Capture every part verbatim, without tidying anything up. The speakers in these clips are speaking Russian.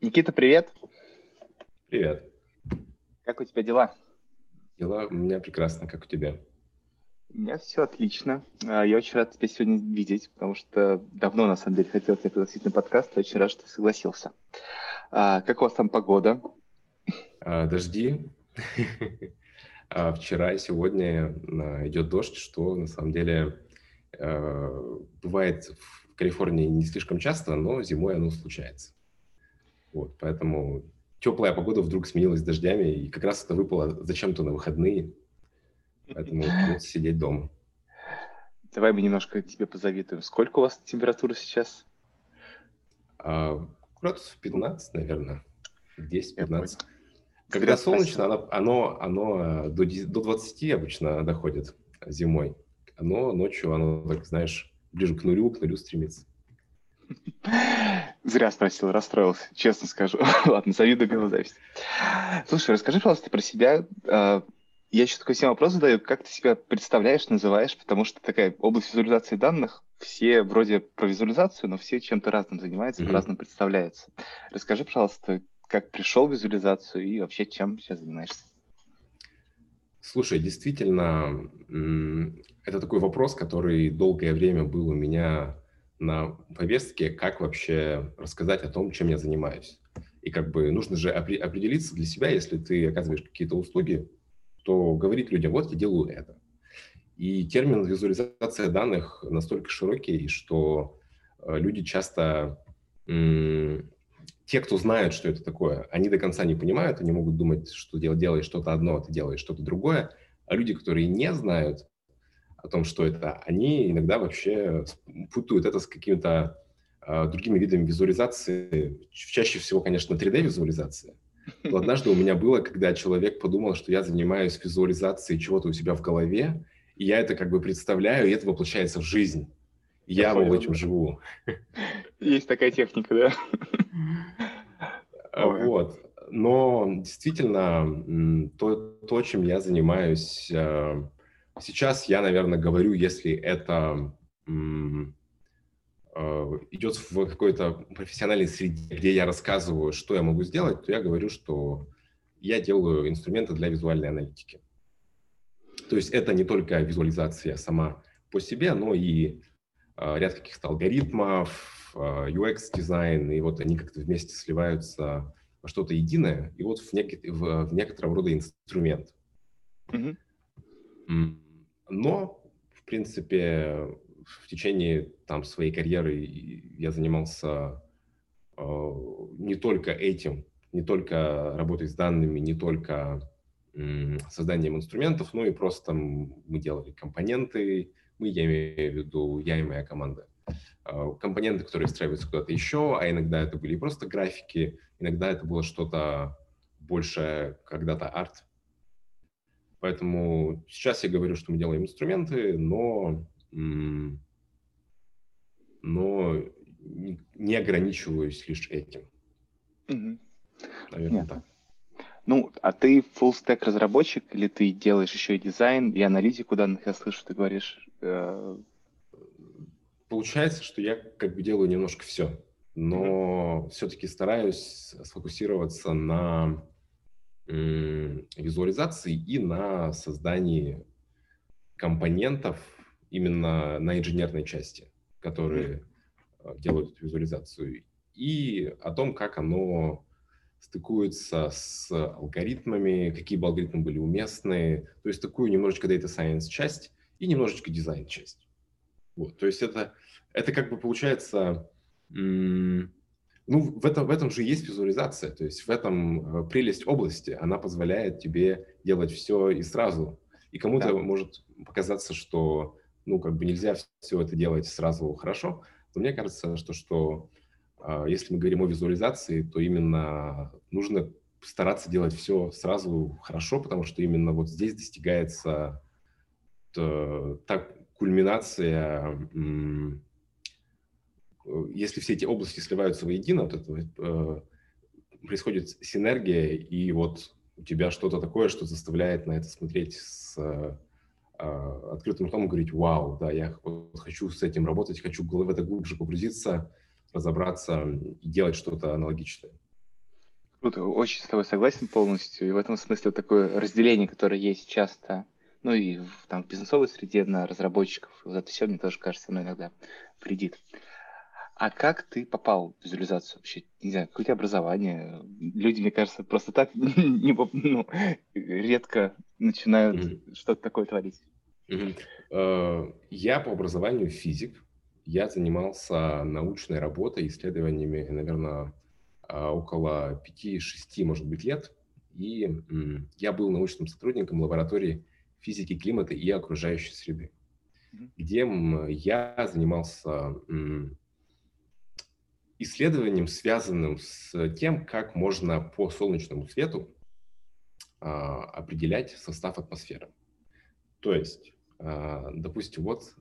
Никита, привет. Привет. Как у тебя дела? Дела у меня прекрасно, как у тебя? У меня все отлично. А, Я очень рад тебя сегодня видеть, потому что давно, на самом деле, хотел тебя пригласить на подкаст. Очень рад, что ты согласился. А, как у вас там погода? А, дожди. А вчера и сегодня а, идет дождь, что на самом деле э, бывает в Калифорнии не слишком часто, но зимой оно случается. Вот, поэтому теплая погода вдруг сменилась дождями, и как раз это выпало зачем-то на выходные, поэтому придется сидеть дома. Давай мы немножко тебе позавидуем. Сколько у вас температура сейчас? А, градусов пятнадцать, наверное, Я понял. десять-пятнадцать. Зря Когда спросил. солнечно, оно, оно, оно до, десяти до двадцати обычно доходит зимой, но ночью оно, так знаешь, ближе к нулю, к нулю стремится. Зря спросил, расстроился, честно скажу. Ладно, завидую белой зависти. Слушай, расскажи, пожалуйста, про себя. А, Я еще такой всем вопрос задаю. Как ты себя представляешь, называешь? Потому что такая область визуализации данных, все вроде про визуализацию, но все чем-то разным занимаются, Мгм. по-разному представляются. Расскажи, пожалуйста, как пришел в визуализацию и вообще чем сейчас занимаешься? Слушай, действительно, м, это такой вопрос, который долгое время был у меня на повестке, как вообще рассказать о том, чем я занимаюсь. И как бы нужно же опре- определиться для себя, если ты оказываешь какие-то услуги, то говорить людям, вот я делаю это. И термин визуализация данных настолько широкий, что э, люди часто, м, те, кто знают, что это такое, они до конца не понимают, они могут думать, что дел- делаешь что-то одно, а ты делаешь что-то другое. А люди, которые не знают о том, что это, они иногда вообще с- путают это с какими-то э, другими видами визуализации. Ч- Чаще всего, конечно, три дэ-визуализация. Но однажды у меня было, когда человек подумал, что я занимаюсь визуализацией чего-то у себя в голове, и я это как бы представляю, и это воплощается в жизнь. И Я я, мол, понял, этим да. живу. Есть такая техника, да? А, Ой. Вот. Но действительно, м, то, то, чем я занимаюсь э, сейчас, я, наверное, говорю, если это м, э, идет в какой-то профессиональной среде, где я рассказываю, что я могу сделать, то я говорю, что я делаю инструменты для визуальной аналитики. То есть это не только визуализация сама по себе, но и а, ряд каких-то алгоритмов, а, ю экс-дизайн, и вот они как-то вместе сливаются во что-то единое, и вот в, нек- в- в некотором рода инструмент. Мгм. М, Но, в принципе, в течение там, своей карьеры я занимался э, не только этим, не только работой с данными, не только м, созданием инструментов, но и просто м, мы делали компоненты, мы, я имею в виду, я и моя команда. Э, Компоненты, которые встраиваются куда-то еще, а иногда это были просто графики, иногда это было что-то больше, когда-то арт. Поэтому сейчас я говорю, что мы делаем инструменты, но, м, но не не ограничиваюсь лишь этим. Мгм. Наверное, Понятно. так. Ну, а ты full stack разработчик или ты делаешь еще и дизайн, и аналитику данных, я слышу, ты говоришь. Э, Получается, что я как бы делаю немножко все, мгм. но все-таки стараюсь сфокусироваться на м, визуализации и на создании компонентов именно на инженерной части, Мгм. которые э, делают эту визуализацию, и о том, как оно стыкуется с алгоритмами, какие бы алгоритмы были уместны, то есть такую немножечко data science часть и немножечко дизайн часть. Вот, то есть это, это как бы получается, м, ну, в этом, в этом же есть визуализация, то есть в этом э, прелесть области, она позволяет тебе делать все и сразу. И кому-то Да. может показаться, что, ну, как бы нельзя все это делать сразу хорошо, но мне кажется, что, что а, если мы говорим о визуализации, то именно нужно стараться делать все сразу хорошо, потому что именно вот здесь достигается э, та кульминация, м, э, если все эти области сливаются воедино, вот это вот, э, происходит синергия, и вот у тебя что-то такое, что заставляет на это смотреть с э, а, открытым ртом и говорить: вау, да, я вот хочу с этим работать, хочу в это глубже погрузиться, разобраться и делать что-то аналогичное. Круто, очень с тобой согласен полностью. И в этом смысле вот такое разделение, которое есть часто, ну и в, там, в бизнесовой среде на разработчиков, вот это все, мне тоже кажется, оно иногда вредит. А как ты попал в визуализацию вообще? Не знаю, какое у тебя образование? Люди, мне кажется, просто так не, поп- ну, редко начинают Мгм. что-то такое творить. Мгм. Э, Я по образованию физик. Я занимался научной работой, исследованиями, наверное, около пяти-шести, может быть, лет. И м, я был научным сотрудником лаборатории физики климата и окружающей среды, Мгм. где м, я занимался м, исследованием, связанным с тем, как можно по солнечному свету а, определять состав атмосферы. То есть, а, допустим, вот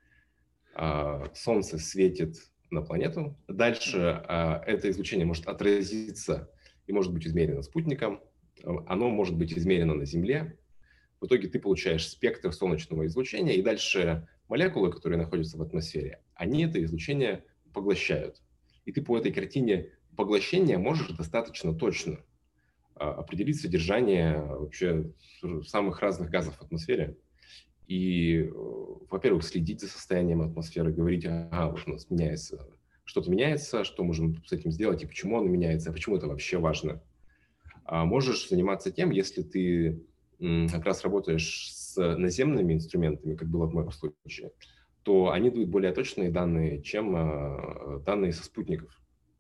а, Солнце светит на планету. Мгм. Дальше а, это излучение может отразиться и может быть измерено спутником. А, Оно может быть измерено на Земле. В итоге ты получаешь спектр солнечного излучения, и дальше молекулы, которые находятся в атмосфере, они это излучение поглощают. И ты по этой картине поглощения можешь достаточно точно а, определить содержание вообще самых разных газов в атмосфере. И, э, во-первых, следить за состоянием атмосферы, говорить, ага, вот у нас меняется, что-то меняется, что можем с этим сделать, и почему оно меняется, а почему это вообще важно. А можешь заниматься тем, если ты м, как раз работаешь с наземными инструментами, как было в моем случае, то они дают более точные данные, чем а, данные со спутников.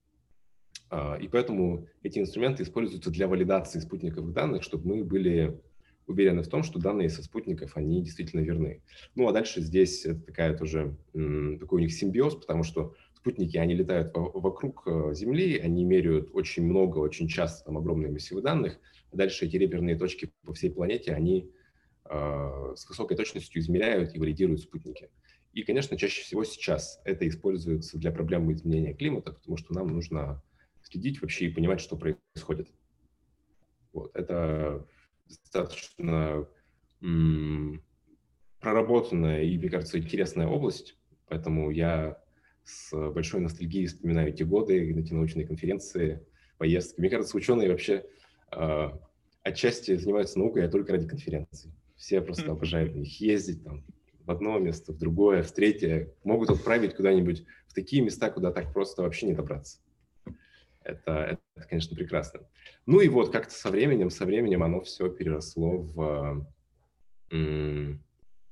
А, И поэтому эти инструменты используются для валидации спутниковых данных, чтобы мы были уверены в том, что данные со спутников, они действительно верны. Ну, а дальше здесь это такая тоже, м, такой у них симбиоз, потому что спутники, они летают во- вокруг э, Земли, они меряют очень много, очень часто там огромные массивы данных. А дальше эти реперные точки по всей планете, они э, с высокой точностью измеряют и валидируют спутники. И, конечно, чаще всего сейчас это используется для проблемы изменения климата, потому что нам нужно следить вообще и понимать, что происходит. Вот. Это достаточно м, проработанная и, мне кажется, интересная область, поэтому я с большой ностальгией вспоминаю эти годы, эти научные конференции, поездки. Мне кажется, ученые вообще э, отчасти занимаются наукой, а только ради конференций. Все просто обожают на них ездить, там, в одно место, в другое, в третье. Могут отправить куда-нибудь в такие места, куда так просто вообще не добраться. Это, это, конечно, прекрасно. Ну и вот как-то со временем, со временем оно все переросло в, м,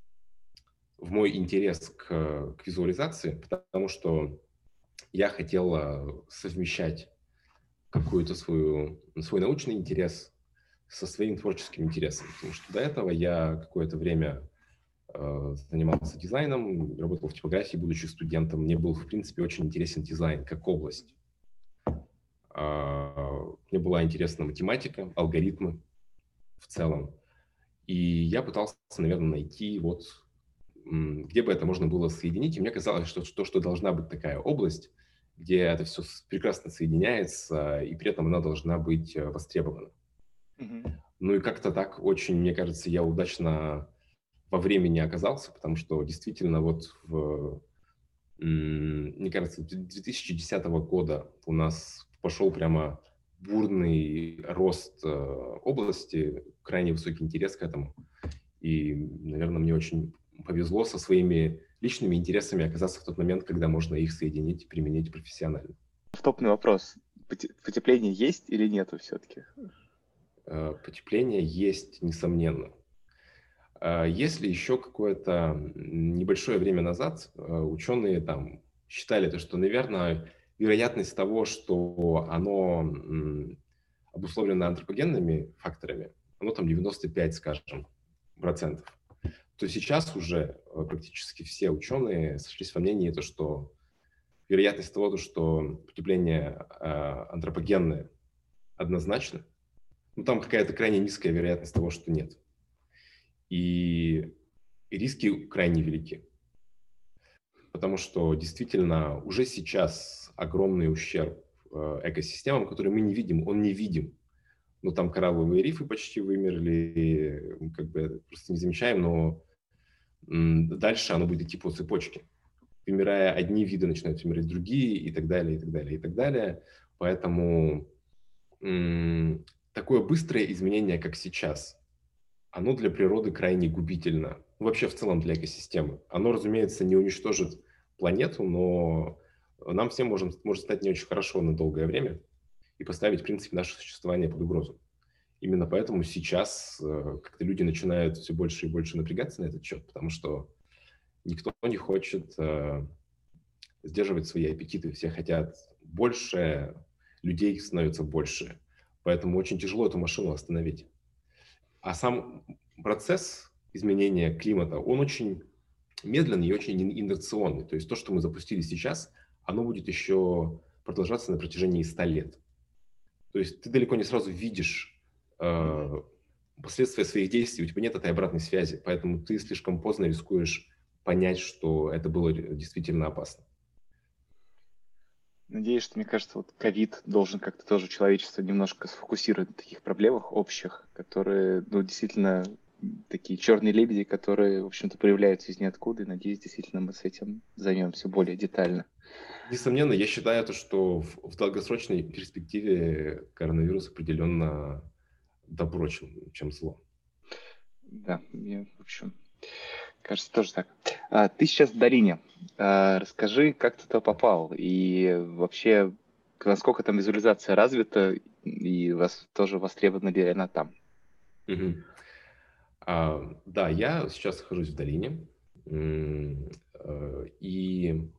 в мой интерес к, к визуализации, потому что я хотел а, совмещать какой-то свою, свой научный интерес со своим творческим интересом. Потому что до этого я какое-то время э, занимался дизайном, работал в типографии, будучи студентом. Мне был, в принципе, очень интересен дизайн как область. А, Мне была интересна математика, алгоритмы в целом. И я пытался, наверное, найти вот, м, где бы это можно было соединить. И мне казалось, что то, что должна быть такая область, где это все прекрасно соединяется, и при этом она должна быть э, востребована. Мгм. Ну и как-то так очень, мне кажется, я удачно во времени оказался, потому что действительно вот в, м, мне кажется, две тысячи десятого года у нас пошел прямо бурный рост э, области, крайне высокий интерес к этому. И, наверное, мне очень повезло со своими личными интересами оказаться в тот момент, когда можно их соединить и применить профессионально. Вступный вопрос. Поте- Потепление есть или нету все-таки? Э, Потепление есть, несомненно. А Если еще какое-то небольшое время назад э, ученые там считали, то, что, наверное, вероятность того, что оно м, обусловлено антропогенными факторами, оно там девяносто пять, скажем, процентов, то сейчас уже э, практически все ученые сошлись во мнении, то, что вероятность того, то, что потепление э, антропогенное однозначно, ну там какая-то крайне низкая вероятность того, что нет. И риски крайне велики. Потому что действительно уже сейчас огромный ущерб э, экосистемам, которые мы не видим, он не видим. Ну, там коралловые рифы почти вымерли, мы как бы просто не замечаем, но м, дальше оно будет идти по цепочке. Вымирая одни виды, начинают вымирать другие, и так далее, и так далее, и так далее. Поэтому м, такое быстрое изменение, как сейчас, оно для природы крайне губительно. Ну, вообще в целом для экосистемы. Оно, разумеется, не уничтожит планету, но нам всем можем, может стать не очень хорошо на долгое время и поставить, в принципе, наше существование под угрозу. Именно поэтому сейчас э, как-то люди начинают все больше и больше напрягаться на этот счет, потому что никто не хочет э, сдерживать свои аппетиты. Все хотят больше, людей становится больше. Поэтому очень тяжело эту машину остановить. А сам процесс изменения климата, он очень медленный и очень ин- инерционный. То есть то, что мы запустили сейчас, оно будет еще продолжаться на протяжении ста лет. То есть ты далеко не сразу видишь э, последствия своих действий, у тебя нет этой обратной связи, поэтому ты слишком поздно рискуешь понять, что это было действительно опасно. Надеюсь, что, мне кажется, вот ковид должен как-то тоже человечество немножко сфокусировать на таких проблемах общих, которые, ну, действительно, такие черные лебеди, которые, в общем-то, появляются из ниоткуда, и, надеюсь, действительно мы с этим займемся более детально. Несомненно, я считаю, то, что в, в долгосрочной перспективе коронавирус определенно добро, чем, чем зло. Да, мне, в общем, кажется, тоже так. А, ты сейчас в долине. А, расскажи, как ты туда попал, и вообще, насколько там визуализация развита, и вас тоже востребована ли она там? Мгм. А, да, я сейчас нахожусь в долине, м, э, и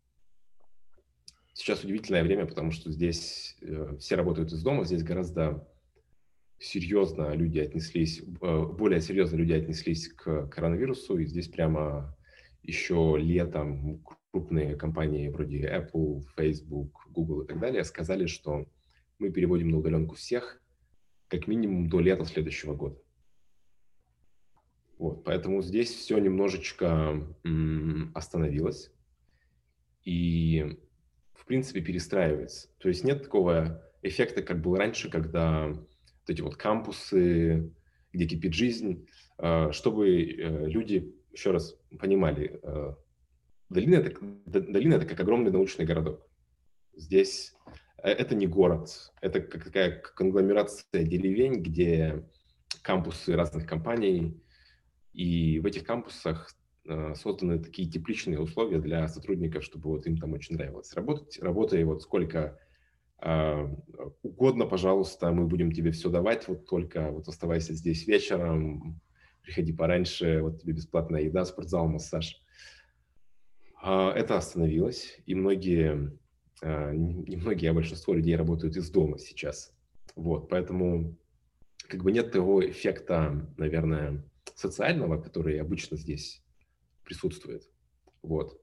сейчас удивительное время, потому что здесь э, все работают из дома, здесь гораздо серьезно люди отнеслись, э, более серьезно люди отнеслись к коронавирусу, и здесь прямо еще летом крупные компании вроде Apple, Facebook, Google и так далее сказали, что мы переводим на удаленку всех как минимум до лета следующего года. Вот, поэтому здесь все немножечко м, остановилось и, в принципе, перестраивается. То есть нет такого эффекта, как был раньше, когда вот эти вот кампусы, где кипит жизнь, э, чтобы э, люди, еще раз, понимали, э, долина это, д- долина это как огромный научный городок. Здесь э, это не город, это как такая конгломерация деревень, где кампусы разных компаний, и в этих кампусах э, созданы такие тепличные условия для сотрудников, чтобы вот им там очень нравилось работать. Работай вот сколько э, угодно, пожалуйста, мы будем тебе все давать, вот только вот оставайся здесь вечером, приходи пораньше, вот тебе бесплатная еда, спортзал, массаж. А, Это остановилось, и многие, э, не многие, а большинство людей работают из дома сейчас. Вот, поэтому как бы нет того эффекта, наверное, социального, который обычно здесь присутствует. Вот.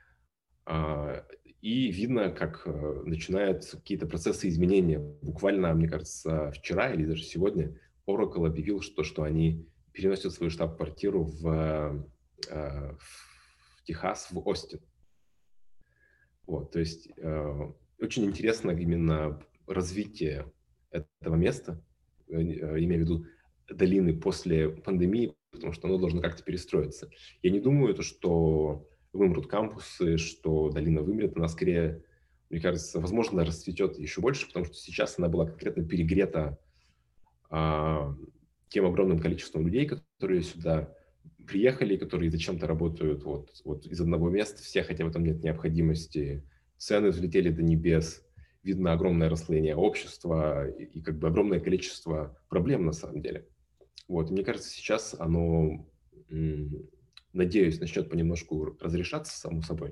А, И видно, как э, начинаются какие-то процессы изменения. Буквально, мне кажется, вчера или даже сегодня Oracle объявил, что, что они переносят свою штаб-квартиру в, э, в Техас, в Остин. Вот, то есть э, очень интересно именно развитие этого места, э, э, имею в виду долины после пандемии, потому что оно должно как-то перестроиться. Я не думаю, то, что вымрут кампусы, что долина вымрет, она скорее, мне кажется, возможно, расцветет еще больше, потому что сейчас она была конкретно перегрета а, тем огромным количеством людей, которые сюда приехали, которые зачем-то работают вот, вот из одного места, все, хотя в этом нет необходимости. Цены взлетели до небес, видно огромное расслоение общества и, и как бы огромное количество проблем на самом деле. Вот, и мне кажется, сейчас оно, м, надеюсь, начнет понемножку разрешаться само собой.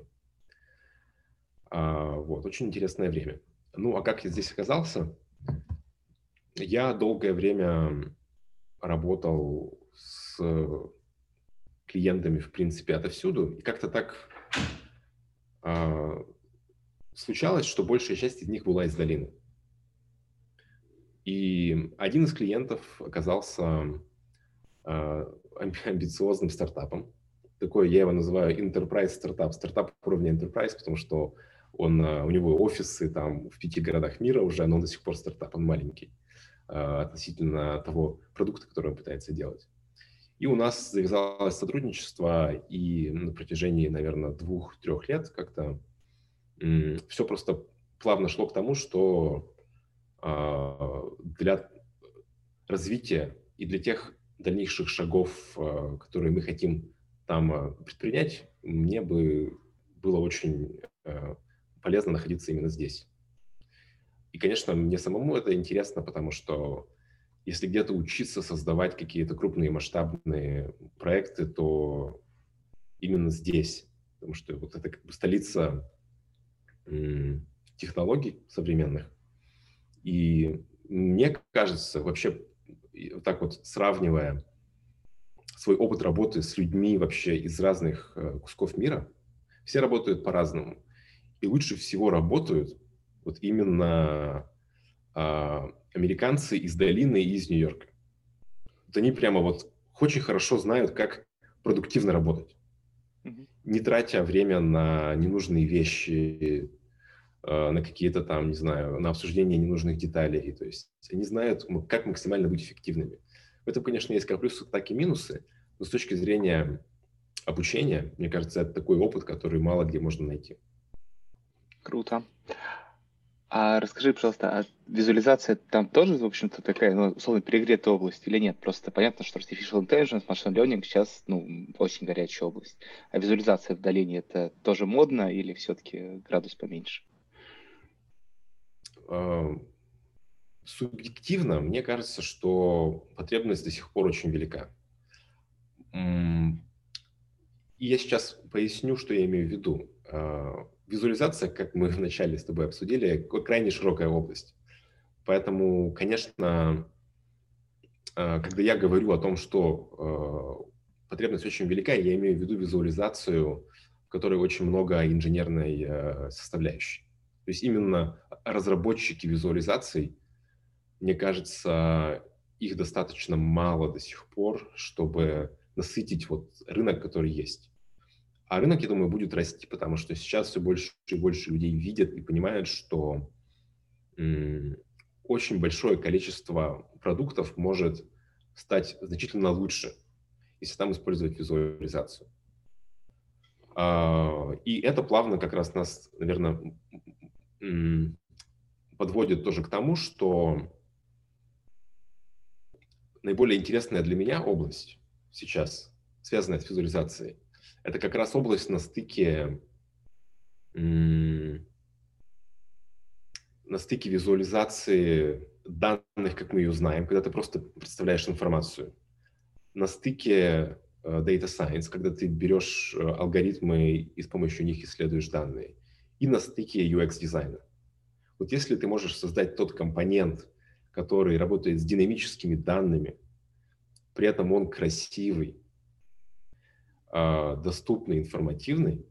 А, вот, очень интересное время. Ну, а как я здесь оказался? Я долгое время работал с клиентами, в принципе, отовсюду. И как-то так а, случалось, что большая часть из них была из долины. И один из клиентов оказался а, амбициозным стартапом. Такой, я его называю enterprise стартап, стартап уровня enterprise, потому что он, а, у него офисы там в пяти городах мира уже, но он до сих пор стартап, он маленький а, относительно того продукта, который он пытается делать. И у нас завязалось сотрудничество, и на протяжении, наверное, двух-трех лет как-то все просто плавно шло к тому, что а, для развития и для тех дальнейших шагов, э, которые мы хотим там э, предпринять, мне бы было очень э, полезно находиться именно здесь. И, конечно, мне самому это интересно, потому что если где-то учиться создавать какие-то крупные масштабные проекты, то именно здесь. Потому что вот это как бы столица м, технологий современных. И мне кажется, вообще, и вот так вот сравнивая свой опыт работы с людьми вообще из разных э, кусков мира, все работают по-разному. И лучше всего работают вот именно а, американцы из долины и из Нью-Йорка. Вот они прямо вот очень хорошо знают, как продуктивно работать, Мгм. не тратя время на ненужные вещи, э, на какие-то там, не знаю, на обсуждение ненужных деталей. То есть они знают, м- как максимально быть эффективными. В этом, конечно, есть как плюсы, так и минусы, но с точки зрения обучения, мне кажется, это такой опыт, который мало где можно найти. Круто. А расскажи, пожалуйста, а визуализация там тоже, в общем-то, такая, ну, условно, перегретая область или нет? Просто понятно, что artificial intelligence, machine learning сейчас, ну, очень горячая область. А визуализация в долине — это тоже модно или все-таки градус поменьше? Э, Субъективно, мне кажется, что потребность до сих пор очень велика. М, И я сейчас поясню, что я имею в виду. А, Визуализация, как мы вначале с тобой обсудили, к- крайне широкая область. Поэтому, конечно, а, когда я говорю о том, что а, потребность очень велика, я имею в виду визуализацию, в которой очень много инженерной а, составляющей. То есть именно разработчики визуализаций, мне кажется, их достаточно мало до сих пор, чтобы насытить вот рынок, который есть. А рынок, я думаю, будет расти, потому что сейчас все больше и больше людей видят и понимают, что м, очень большое количество продуктов может стать значительно лучше, если там использовать визуализацию. А, И это плавно как раз нас, наверное, м, подводит тоже к тому, что наиболее интересная для меня область сейчас, связанная с визуализацией, это как раз область на стыке м, на стыке визуализации данных, как мы ее знаем, когда ты просто представляешь информацию, на стыке э, Data Science, когда ты берешь э, алгоритмы и с помощью них исследуешь данные, и на стыке ю экс-дизайна. Вот если ты можешь создать тот компонент, который работает с динамическими данными, при этом он красивый, э, доступный, информативный,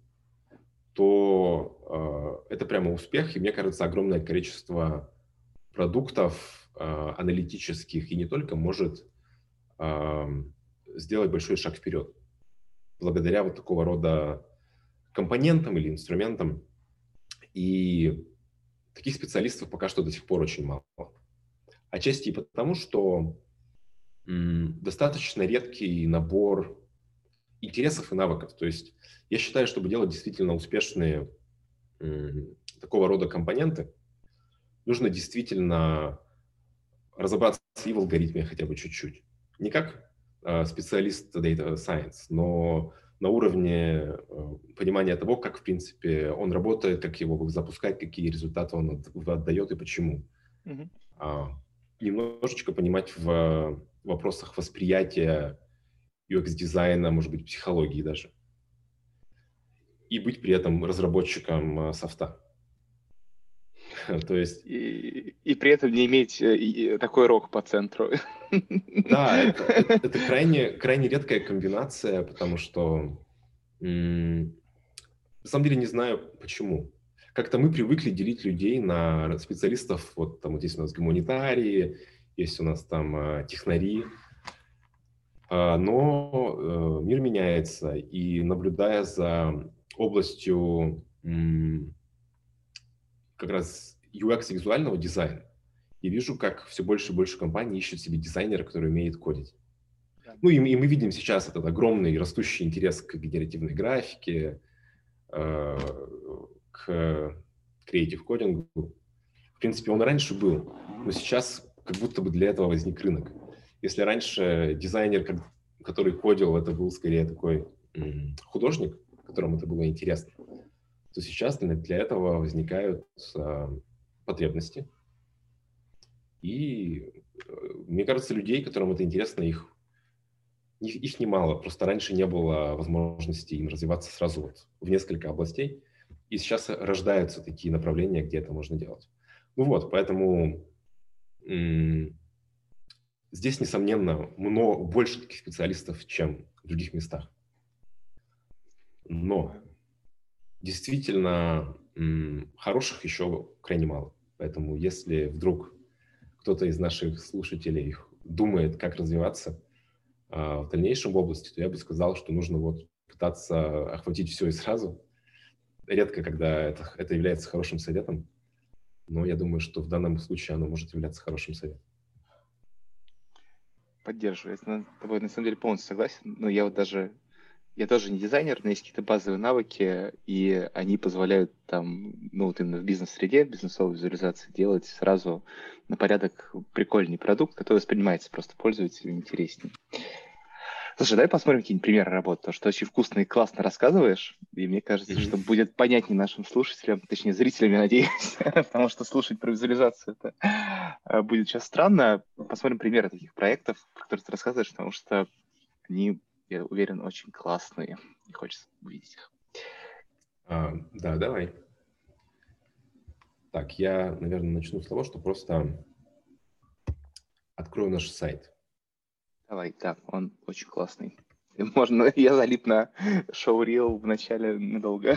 то э, это прямо успех, и мне кажется, огромное количество продуктов э, аналитических и не только может э, сделать большой шаг вперед благодаря вот такого рода компонентам или инструментам. И таких специалистов пока что до сих пор очень мало. Отчасти и потому, что м, достаточно редкий набор интересов и навыков. То есть я считаю, чтобы делать действительно успешные м, такого рода компоненты, нужно действительно разобраться и в алгоритме хотя бы чуть-чуть. Не как э, специалист Data Science, но на уровне э, понимания того, как, в принципе, он работает, как его запускать, какие результаты он от- отдает и почему. Мгм. А, Немножечко понимать в вопросах восприятия ю экс-дизайна, может быть, психологии даже. И быть при этом разработчиком э, софта. То есть И, и при этом не иметь э, и- такой рог по центру. да, это, это, это крайне, крайне редкая комбинация, потому что м, на самом деле не знаю почему. Как-то мы привыкли делить людей на специалистов, вот там вот здесь у нас гуманитарии, есть у нас там э, технари, А, но э, мир меняется, и наблюдая за областью м, как раз ю экс и визуального дизайна, я вижу, как все больше и больше компаний ищут себе дизайнера, который умеет кодить. Да. Ну и, мы- и мы видим сейчас этот огромный растущий интерес к генеративной графике, э, к креатив кодингу. В принципе, он и раньше был, но сейчас как будто бы для этого возник рынок. Если раньше дизайнер, который кодил, это был скорее такой художник, которому это было интересно, то сейчас для этого возникают потребности. И мне кажется, людей, которым это интересно, их, их, их немало. Просто раньше не было возможности им развиваться сразу вот в несколько областей. И сейчас рождаются такие направления, где это можно делать. Ну вот, поэтому м- здесь, несомненно, много, больше таких специалистов, чем в других местах. Но действительно м- хороших еще крайне мало. Поэтому если вдруг кто-то из наших слушателей думает, как развиваться а, в дальнейшем в области, то я бы сказал, что нужно вот пытаться охватить все и сразу. Редко, когда это, это является хорошим советом, но я думаю, что в данном случае оно может являться хорошим советом. Поддерживаю. Я с тобой на самом деле полностью согласен. Но я вот даже... Я тоже не дизайнер, но есть какие-то базовые навыки, и они позволяют там, ну, вот именно в бизнес-среде, бизнесовой визуализации делать сразу на порядок прикольный продукт, который воспринимается просто пользователем интереснее. Слушай, давай посмотрим какие-нибудь примеры работы, потому что очень вкусно и классно рассказываешь, и мне кажется, mm-hmm. что будет понятнее нашим слушателям, точнее, зрителям, я надеюсь, потому что слушать про визуализацию это будет сейчас странно. Посмотрим примеры таких проектов, про которые ты рассказываешь, потому что они, я уверен, очень классные, и хочется увидеть их. А, да, давай. Так, я, наверное, начну с того, что просто открою наш сайт. Давай, да, он очень классный. Можно, я залип на шоурил в начале надолго.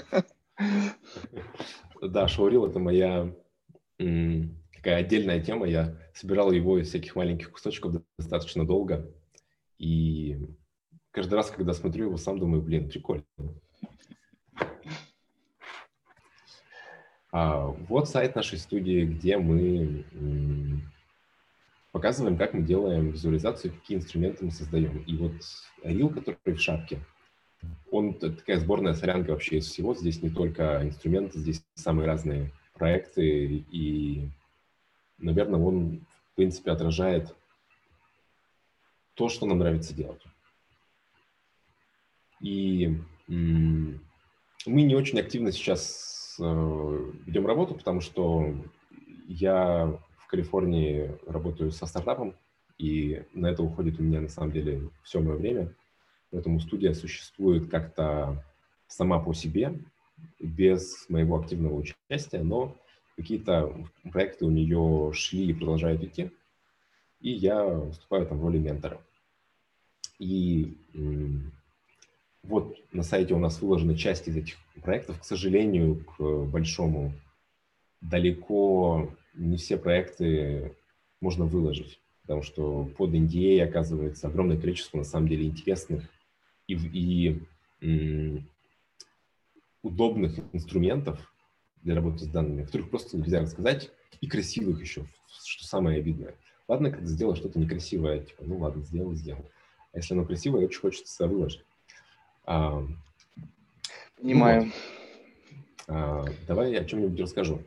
Да, шоурил — это моя м, такая отдельная тема. Я собирал его из всяких маленьких кусочков достаточно долго. И каждый раз, когда смотрю его, сам думаю, блин, прикольно. А, вот сайт нашей студии, где мы м, показываем, как мы делаем визуализацию, какие инструменты мы создаем. И вот рил, который в шапке, он такая сборная солянка вообще из всего. Здесь не только инструменты, здесь самые разные проекты. И, наверное, он, в принципе, отражает то, что нам нравится делать. И м- мы не очень активно сейчас э, ведем работу, потому что я в Калифорнии работаю со стартапом, и на это уходит у меня, на самом деле, все мое время. Поэтому студия существует как-то сама по себе, без моего активного участия, но какие-то проекты у нее шли и продолжают идти, и я выступаю там в роли ментора. И м- вот на сайте у нас выложена часть из этих проектов. К сожалению, к большому, далеко не все проекты можно выложить, потому что под эн ди эй оказывается огромное количество, на самом деле, интересных и, и м, удобных инструментов для работы с данными, о которых просто нельзя рассказать, и красивых еще, что самое обидное. Ладно, когда сделал что-то некрасивое, типа, ну ладно, сделал, сделал. А если оно красивое, очень хочется выложить. А, Понимаю. Ну вот. А, давай я о чем-нибудь расскажу.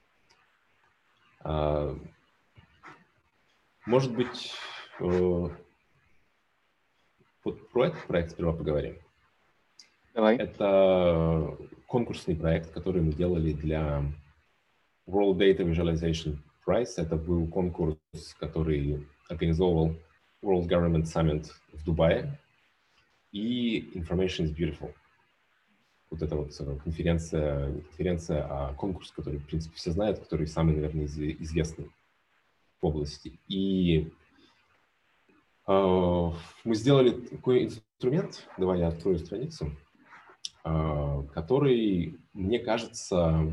А, может быть, э, вот про этот проект сперва поговорим. Давай. Это конкурсный проект, который мы делали для World Data Visualization Prize. Это был конкурс, который организовывал World Government Summit в Дубае и Information is Beautiful. Вот эта вот конференция, не конференция, а конкурс, который, в принципе, все знают, который самый, наверное, известный в области. И э, мы сделали такой инструмент, давай я открою страницу, э, который, мне кажется,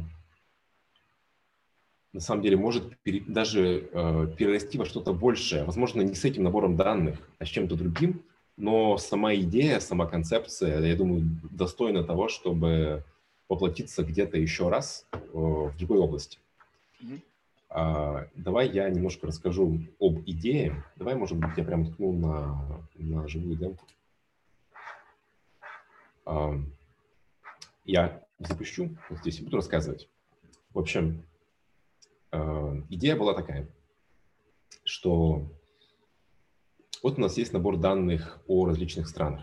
на самом деле может пере, даже э, перерасти во что-то большее. Возможно, не с этим набором данных, а с чем-то другим, но сама идея, сама концепция, я думаю, достойна того, чтобы воплотиться где-то еще раз э, в другой области. Mm-hmm. А, давай я немножко расскажу об идее. Давай, может быть, я прям ткну на, на живую демку. А, я запущу вот здесь и буду рассказывать. В общем, э, идея была такая, что что вот у нас есть набор данных о различных странах.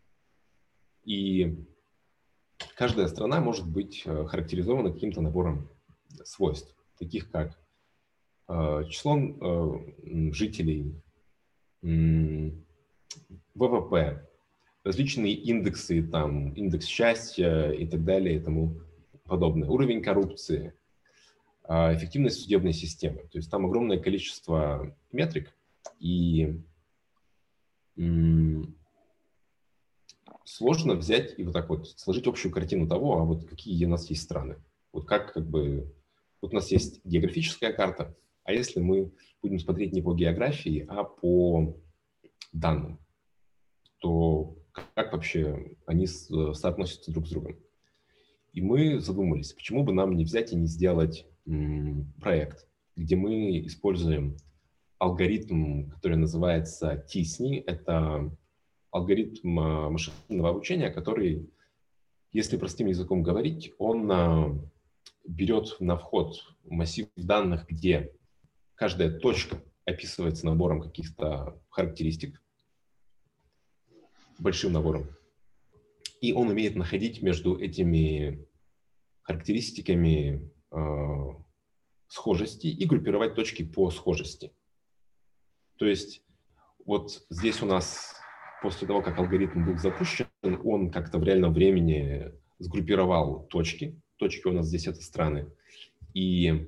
И каждая страна может быть характеризована каким-то набором свойств, таких как э, число э, жителей, э, ВВП, различные индексы, там, индекс счастья и так далее и тому подобное, уровень коррупции, э, эффективность судебной системы. То есть там огромное количество метрик, и э, сложно взять и вот так вот сложить общую картину того, а вот какие у нас есть страны. Вот как как бы... Вот у нас есть географическая карта, а если мы будем смотреть не по географии, а по данным, то как вообще они соотносятся друг с другом? И мы задумались, почему бы нам не взять и не сделать м, проект, где мы используем алгоритм, который называется тисни. Это алгоритм машинного обучения, который, если простым языком говорить, он а, берет на вход массив данных, где каждая точка описывается набором каких-то характеристик, большим набором, и он умеет находить между этими характеристиками э, схожести и группировать точки по схожести. То есть вот здесь у нас после того, как алгоритм был запущен, он как-то в реальном времени сгруппировал точки. Точки у нас здесь это страны. И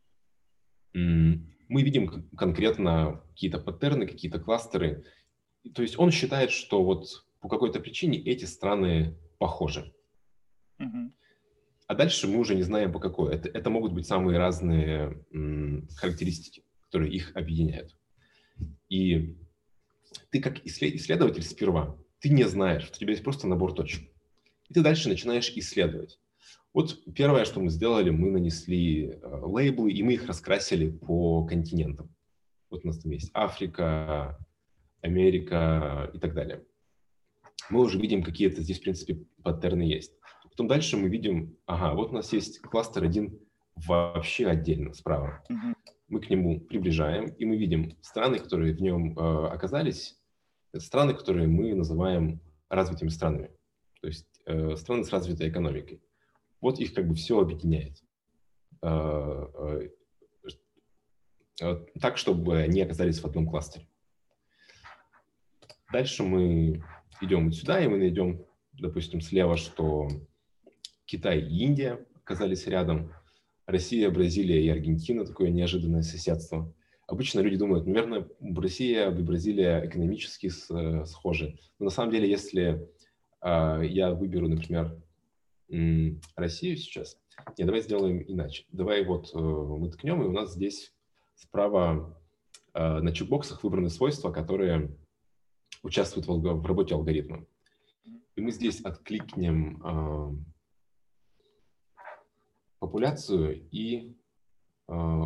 м, мы видим конкретно какие-то паттерны, какие-то кластеры. То есть он считает, что вот по какой-то причине эти страны похожи. Mm-hmm. А дальше мы уже не знаем по какой. Это, это могут быть самые разные м, характеристики, которые их объединяют. И ты как исследователь сперва, ты не знаешь, что у тебя есть просто набор точек. И ты дальше начинаешь исследовать. Вот первое, что мы сделали, мы нанесли э, лейблы, и мы их раскрасили по континентам. Вот у нас там есть Африка, Америка и так далее. Мы уже видим, какие-то здесь, в принципе, паттерны есть. Потом дальше мы видим, ага, вот у нас есть кластер один вообще отдельно, справа. Mm-hmm. Мы к нему приближаем, и мы видим страны, которые в нем э, оказались, это страны, которые мы называем развитыми странами. То есть э, страны с развитой экономикой. Вот их как бы все объединяет. Э, э, э, так, чтобы они оказались в одном кластере. Дальше мы идем вот сюда, и мы найдем, допустим, слева, что Китай и Индия оказались рядом, Россия, Бразилия и Аргентина, такое неожиданное соседство. Обычно люди думают, наверное, Россия и Бразилия экономически с, схожи. Но на самом деле, если э, я выберу, например, м, Россию сейчас, нет, давай сделаем иначе. Давай вот э, мы ткнем, и у нас здесь справа э, на чекбоксах выбраны свойства, которые участвуют в, в работе алгоритма. И мы здесь откликнем э, популяцию и э,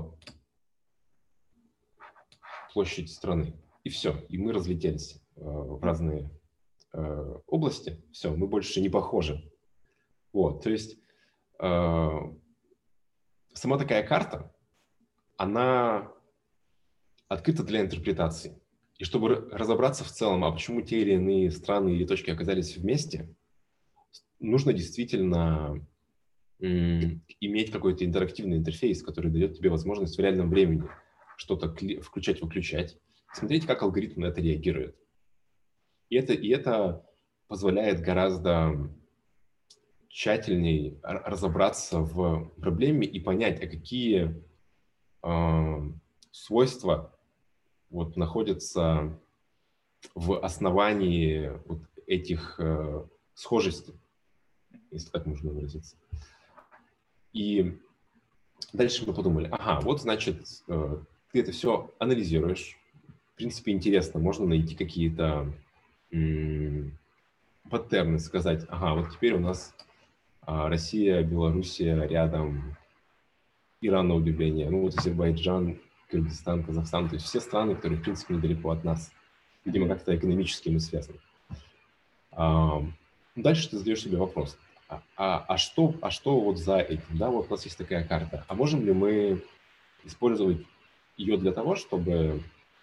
площадь страны. И все. И мы разлетелись э, в разные э, области. Все, мы больше не похожи. Вот, то есть э, сама такая карта, она открыта для интерпретации. И чтобы разобраться в целом, а почему те или иные страны или точки оказались вместе, нужно действительно м, иметь какой-то интерактивный интерфейс, который дает тебе возможность в реальном времени что-то включать-выключать, смотреть, как алгоритм на это реагирует. И это, и это позволяет гораздо тщательнее разобраться в проблеме и понять, а какие э, свойства вот, находятся в основании вот этих э, схожестей, если так можно выразиться. И дальше мы подумали, ага, вот значит, э, ты это все анализируешь. В принципе, интересно, можно найти какие-то м- паттерны, сказать, ага, вот теперь у нас а, Россия, Белоруссия рядом, Иран на удивление, ну вот Азербайджан, Кыргызстан, Казахстан, то есть все страны, которые, в принципе, недалеко от нас. Видимо, как-то экономически мы связаны. А, дальше ты задаешь себе вопрос, а, а, а, что, а что вот за этим? Да, вот у нас есть такая карта. А можем ли мы использовать ее для того, чтобы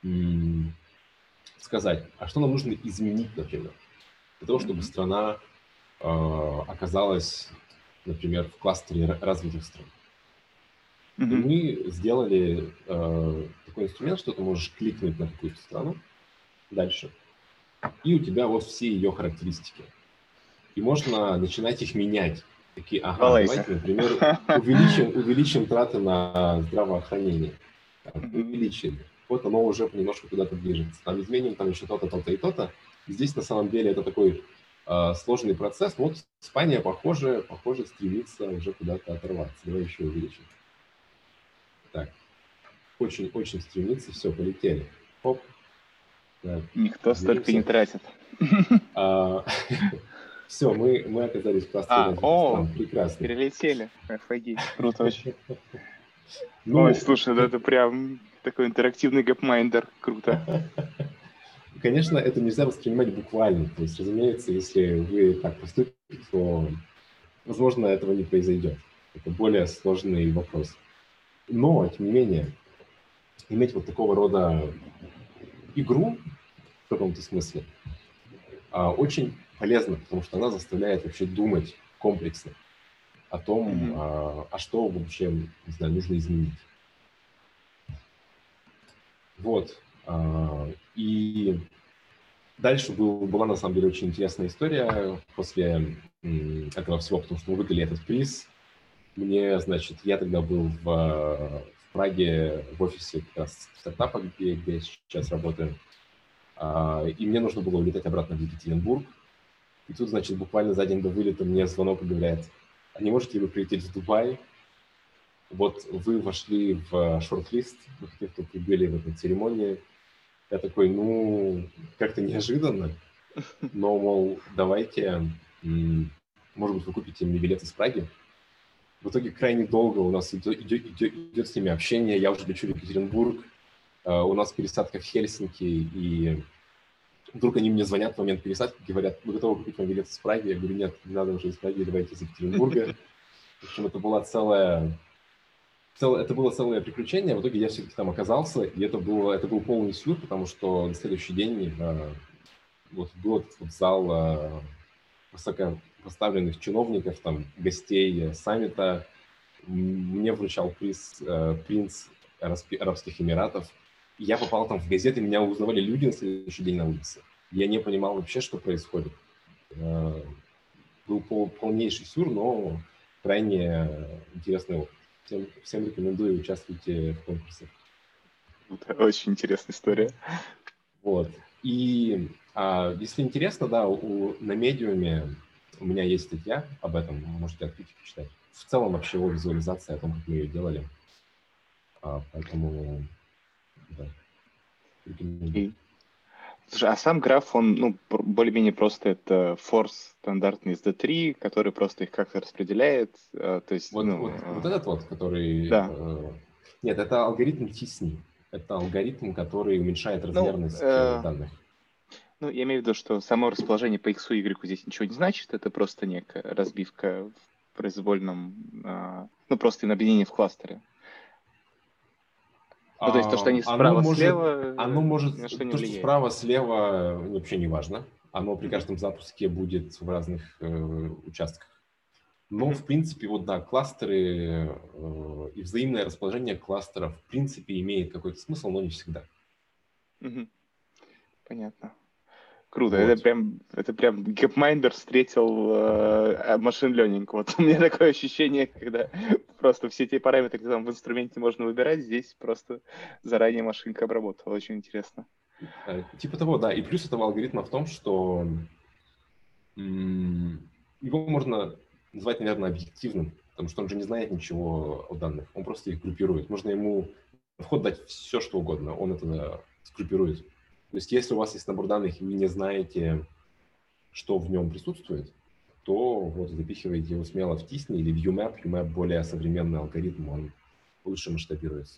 м, сказать, а что нам нужно изменить, например, для того, чтобы Мгм. страна э, оказалась, например, в кластере ра- развитых стран. И Мгм. мы сделали э, такой инструмент, что ты можешь кликнуть на какую-то страну дальше, и у тебя вот все ее характеристики. И можно начинать их менять. Такие, ага, Валайка. давайте, например, увеличим, увеличим траты на здравоохранение. Так, Мгм. увеличили. Вот оно уже понемножку куда-то движется. Там изменим там еще то-то, то-то и то-то. Здесь на самом деле это такой э, сложный процесс. Вот Испания, похоже, похоже, стремится уже куда-то оторваться. Давай еще увеличим. Так, очень-очень стремится. Все, полетели. Оп. Так, Никто столько не движемся. тратит. А, все, мы, мы оказались в кластере А, развитых о, стран. Прекрасно. перелетели. Офигеть, круто очень. Ой, Ну, слушай, ну это прям такой интерактивный гэпмайндер. Круто. конечно, это нельзя воспринимать буквально. То есть, разумеется, если вы так поступите, то, возможно, этого не произойдет. Это более сложный вопрос. Но, тем не менее, иметь вот такого рода игру в каком-то смысле а, очень полезно, потому что она заставляет вообще думать комплексно о том, Мгм. а, а что вообще, не знаю, нужно изменить. Вот. А, И дальше был, была, на самом деле, очень интересная история после м, этого всего, потому что мы выиграли этот приз. Мне, значит, я тогда был в, в Праге в офисе как раз стартапа, где, где я сейчас работаю. А, и мне нужно было улететь обратно в Екатеринбург. И тут, значит, буквально за день до вылета мне звонок и говорят, а не можете ли вы прилететь в Дубай? Вот вы вошли в шорт-лист тех, кто прибыли в эту церемонию. Я такой, ну, как-то неожиданно, но, мол, давайте, м, может быть, вы купите мне билет из Праги. В итоге крайне долго у нас идет, идет, идет, идет с ними общение, я уже лечу в Екатеринбург, э, у нас пересадка в Хельсинки, и вдруг они мне звонят в момент пересадки, говорят, вы готовы купить вам билет из Праги? Я говорю, нет, не надо уже из Праги, давайте из Екатеринбурга. В общем, это была целая, целое, это было целое приключение. В итоге я все-таки там оказался, и это, было, это был полный сюр, потому что на следующий день э, вот был этот вот зал э, высокопоставленных чиновников, там, гостей э, саммита. Мне вручал приз э, принц Арабских Эмиратов. Я попал там в газеты, меня узнавали люди на следующий день на улице. Я не понимал вообще, что происходит. Э, был пол, полнейший сюр, но крайне интересный опыт. Всем, всем рекомендую, участвуйте в конкурсах. Круто. Очень интересная история. Вот. И а, если интересно, да, у, на медиуме у меня есть статья об этом, можете открыть и почитать. В целом вообще его визуализация о том, как мы ее делали. А, поэтому, да, рекомендую. И, слушай, а сам граф, он, ну, пр- более-менее просто это форс стандартный из ди три, который просто их как-то распределяет. э, то есть, Вот, ну, вот, вот э, этот вот, который... да. э, нет, это алгоритм Тисни. Это алгоритм, который уменьшает Ну, размерность э, э, данных. ну, я имею в виду, что само расположение по X и Y здесь ничего не значит, это просто некая разбивка в произвольном, а, ну, просто объединение в кластере. Ну, то есть то, что А, они оно может, справа-слева, оно э, может, ни на что не то, что влияет. справа, слева, вообще не важно. Оно при Мгм. каждом запуске будет в разных э, участках. Но, Мгм. в принципе, вот да, кластеры э, и взаимное расположение кластеров, в принципе, имеет какой-то смысл, но не всегда. Мгм. Понятно. Круто. Это Вот. прям, это прям GapMinder встретил э, машин learning. Вот у меня такое ощущение, когда просто все те параметры, которые там в инструменте можно выбирать, здесь просто заранее машинка обработала. Очень интересно. Э, Типа того, да. И плюс этого алгоритма в том, что м, его можно назвать, наверное, объективным, потому что он же не знает ничего о данных, он просто их группирует. Можно ему в ход дать все, что угодно, он это сгруппирует. То есть если у вас есть набор данных, и вы не знаете, что в нем присутствует, то вот запихиваете его смело в Тисни или в UMap. UMap более современный алгоритм, он лучше масштабируется.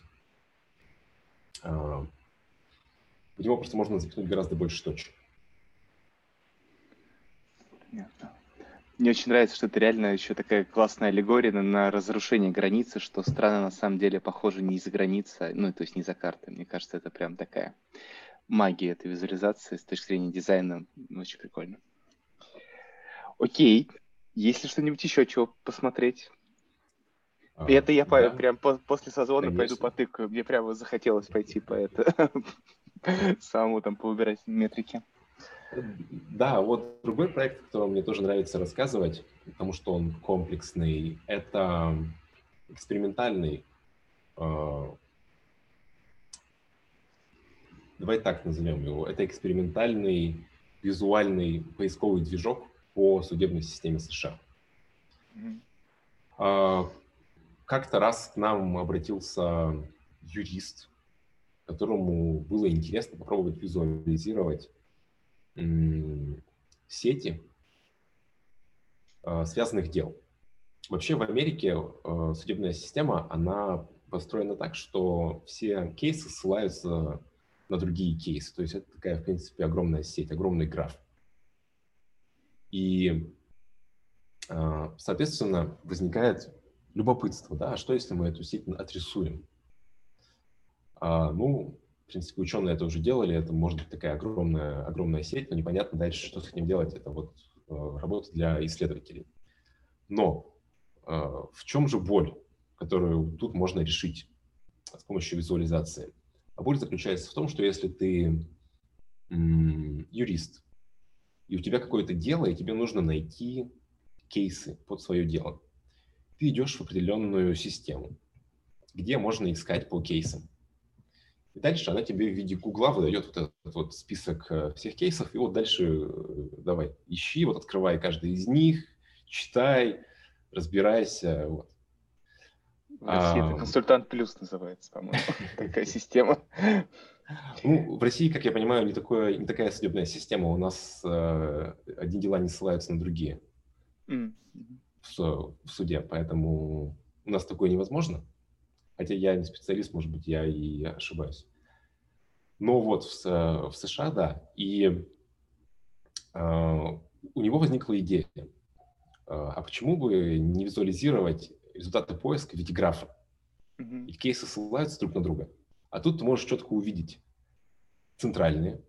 А, В него просто можно запихнуть гораздо больше точек. Понятно. Мне очень нравится, что это реально еще такая классная аллегория на, на разрушение границы, что страны на самом деле похожи не из-за границы, ну, то есть не за карты. Мне кажется, это прям такая магия этой визуализации с точки зрения дизайна. Очень прикольно. Окей. Есть ли что-нибудь еще, чего посмотреть? И А, это я по- да, прям по- после созвона пойду конечно. потыкаю. Мне прямо захотелось пойти по это самому там поубирать метрики. Да, вот другой проект, о котором мне тоже нравится рассказывать, потому что он комплексный, это экспериментальный, э, давай так назовем его, это экспериментальный визуальный поисковый движок по судебной системе США. Мгм. А, Как-то раз к нам обратился юрист, которому было интересно попробовать визуализировать м, сети э, связанных дел. Вообще в Америке э, судебная система, она построена так, что все кейсы ссылаются на другие кейсы. То есть это такая, в принципе, огромная сеть, огромный граф. И, э, соответственно, возникает любопытство, да, а что если мы эту сеть отрисуем? А, ну, в принципе, ученые это уже делали, это может быть такая огромная, огромная сеть, но непонятно дальше, что с этим делать. Это вот э, работа для исследователей. Но э, в чем же боль, которую тут можно решить с помощью визуализации? А боль заключается в том, что если ты м, юрист, и у тебя какое-то дело, и тебе нужно найти кейсы под свое дело, ты идешь в определенную систему, где можно искать по кейсам. И дальше она тебе в виде гугла выдает вот этот вот список э, всех кейсов, и вот дальше э, давай, ищи, вот открывай каждый из них, читай, разбирайся. Вот. В России это А, консультант плюс называется, по-моему, такая система. ну, в России, как я понимаю, не, такое, не такая судебная система. У нас э, одни дела не ссылаются на другие М, мгм. в, су- в суде, поэтому у нас такое невозможно. Хотя я не специалист, может быть, я и ошибаюсь. Но вот в, С- в США, да. И э, у него возникла идея, э, а почему бы не визуализировать результаты поиска в виде графа? Мгм. И кейсы ссылаются друг на друга. А тут ты можешь четко увидеть центральные,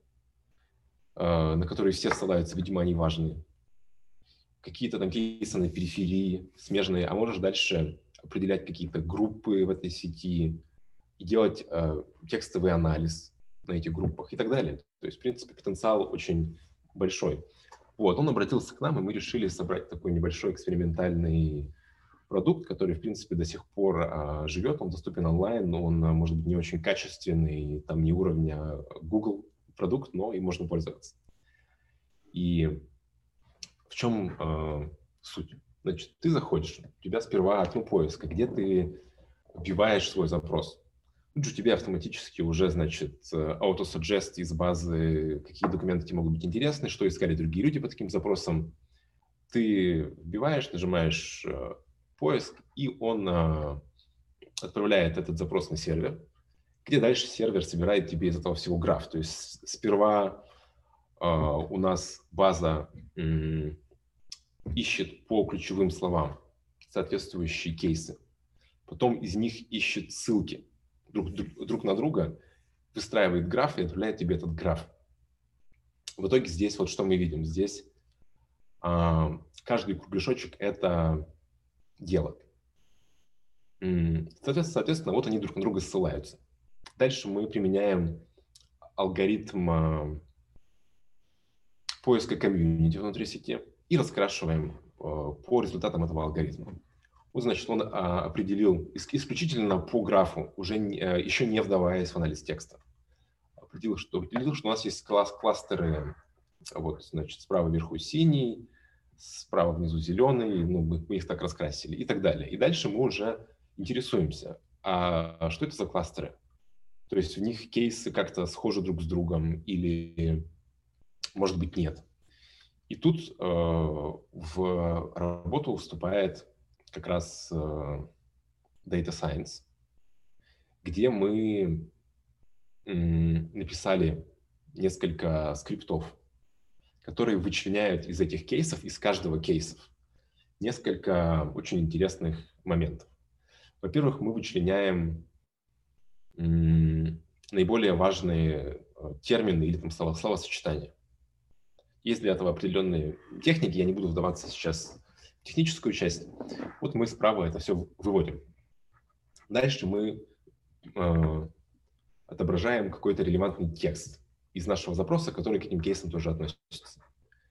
э, на которые все ссылаются, видимо, они важные. Какие-то там кейсы на периферии, смежные, а можешь дальше определять какие-то группы в этой сети и делать э, текстовый анализ на этих группах и так далее. То есть, в принципе, потенциал очень большой. Вот, он обратился к нам, и мы решили собрать такой небольшой экспериментальный продукт, который, в принципе, до сих пор а, живет, он доступен онлайн, но он, а, может быть, не очень качественный, там не уровня Google продукт, но и можно пользоваться. И в чем э, суть? Значит, ты заходишь, у тебя сперва окно поиска, где ты вбиваешь свой запрос. Тут же тебе автоматически уже, значит, auto-suggest из базы, какие документы тебе могут быть интересны, что искали другие люди по таким запросам. Ты вбиваешь, нажимаешь э, поиск, и он э, отправляет этот запрос на сервер, где дальше сервер собирает тебе из этого всего граф. То есть сперва э, у нас база м, ищет по ключевым словам соответствующие кейсы. Потом из них ищет ссылки друг, друг, друг на друга, выстраивает граф и отправляет тебе этот граф. В итоге здесь вот что мы видим. Здесь а, каждый кругляшочек – это дело. Соответственно, соответственно, вот они друг на друга ссылаются. Дальше мы применяем алгоритм а, поиска комьюнити внутри сети и раскрашиваем а, по результатам этого алгоритма. Вот, значит, он а, определил исключительно по графу, уже не, а, еще не вдаваясь в анализ текста. Определил, что, определил, что у нас есть класс, кластеры, вот, значит, справа вверху синий, справа внизу зеленый, ну, мы, мы их так раскрасили и так далее. И дальше мы уже интересуемся, а что это за кластеры? То есть в них кейсы как-то схожи друг с другом или, может быть, нет. И тут э, в работу вступает как раз э, Data Science, где мы м, написали несколько скриптов, которые вычленяют из этих кейсов, из каждого кейса, несколько очень интересных моментов. Во-первых, мы вычленяем м, наиболее важные э, термины или там слова, словосочетания. Есть для этого определенные техники, я не буду вдаваться сейчас в техническую часть. Вот мы справа это все выводим. Дальше мы э, отображаем какой-то релевантный текст из нашего запроса, который к этим кейсам тоже относится.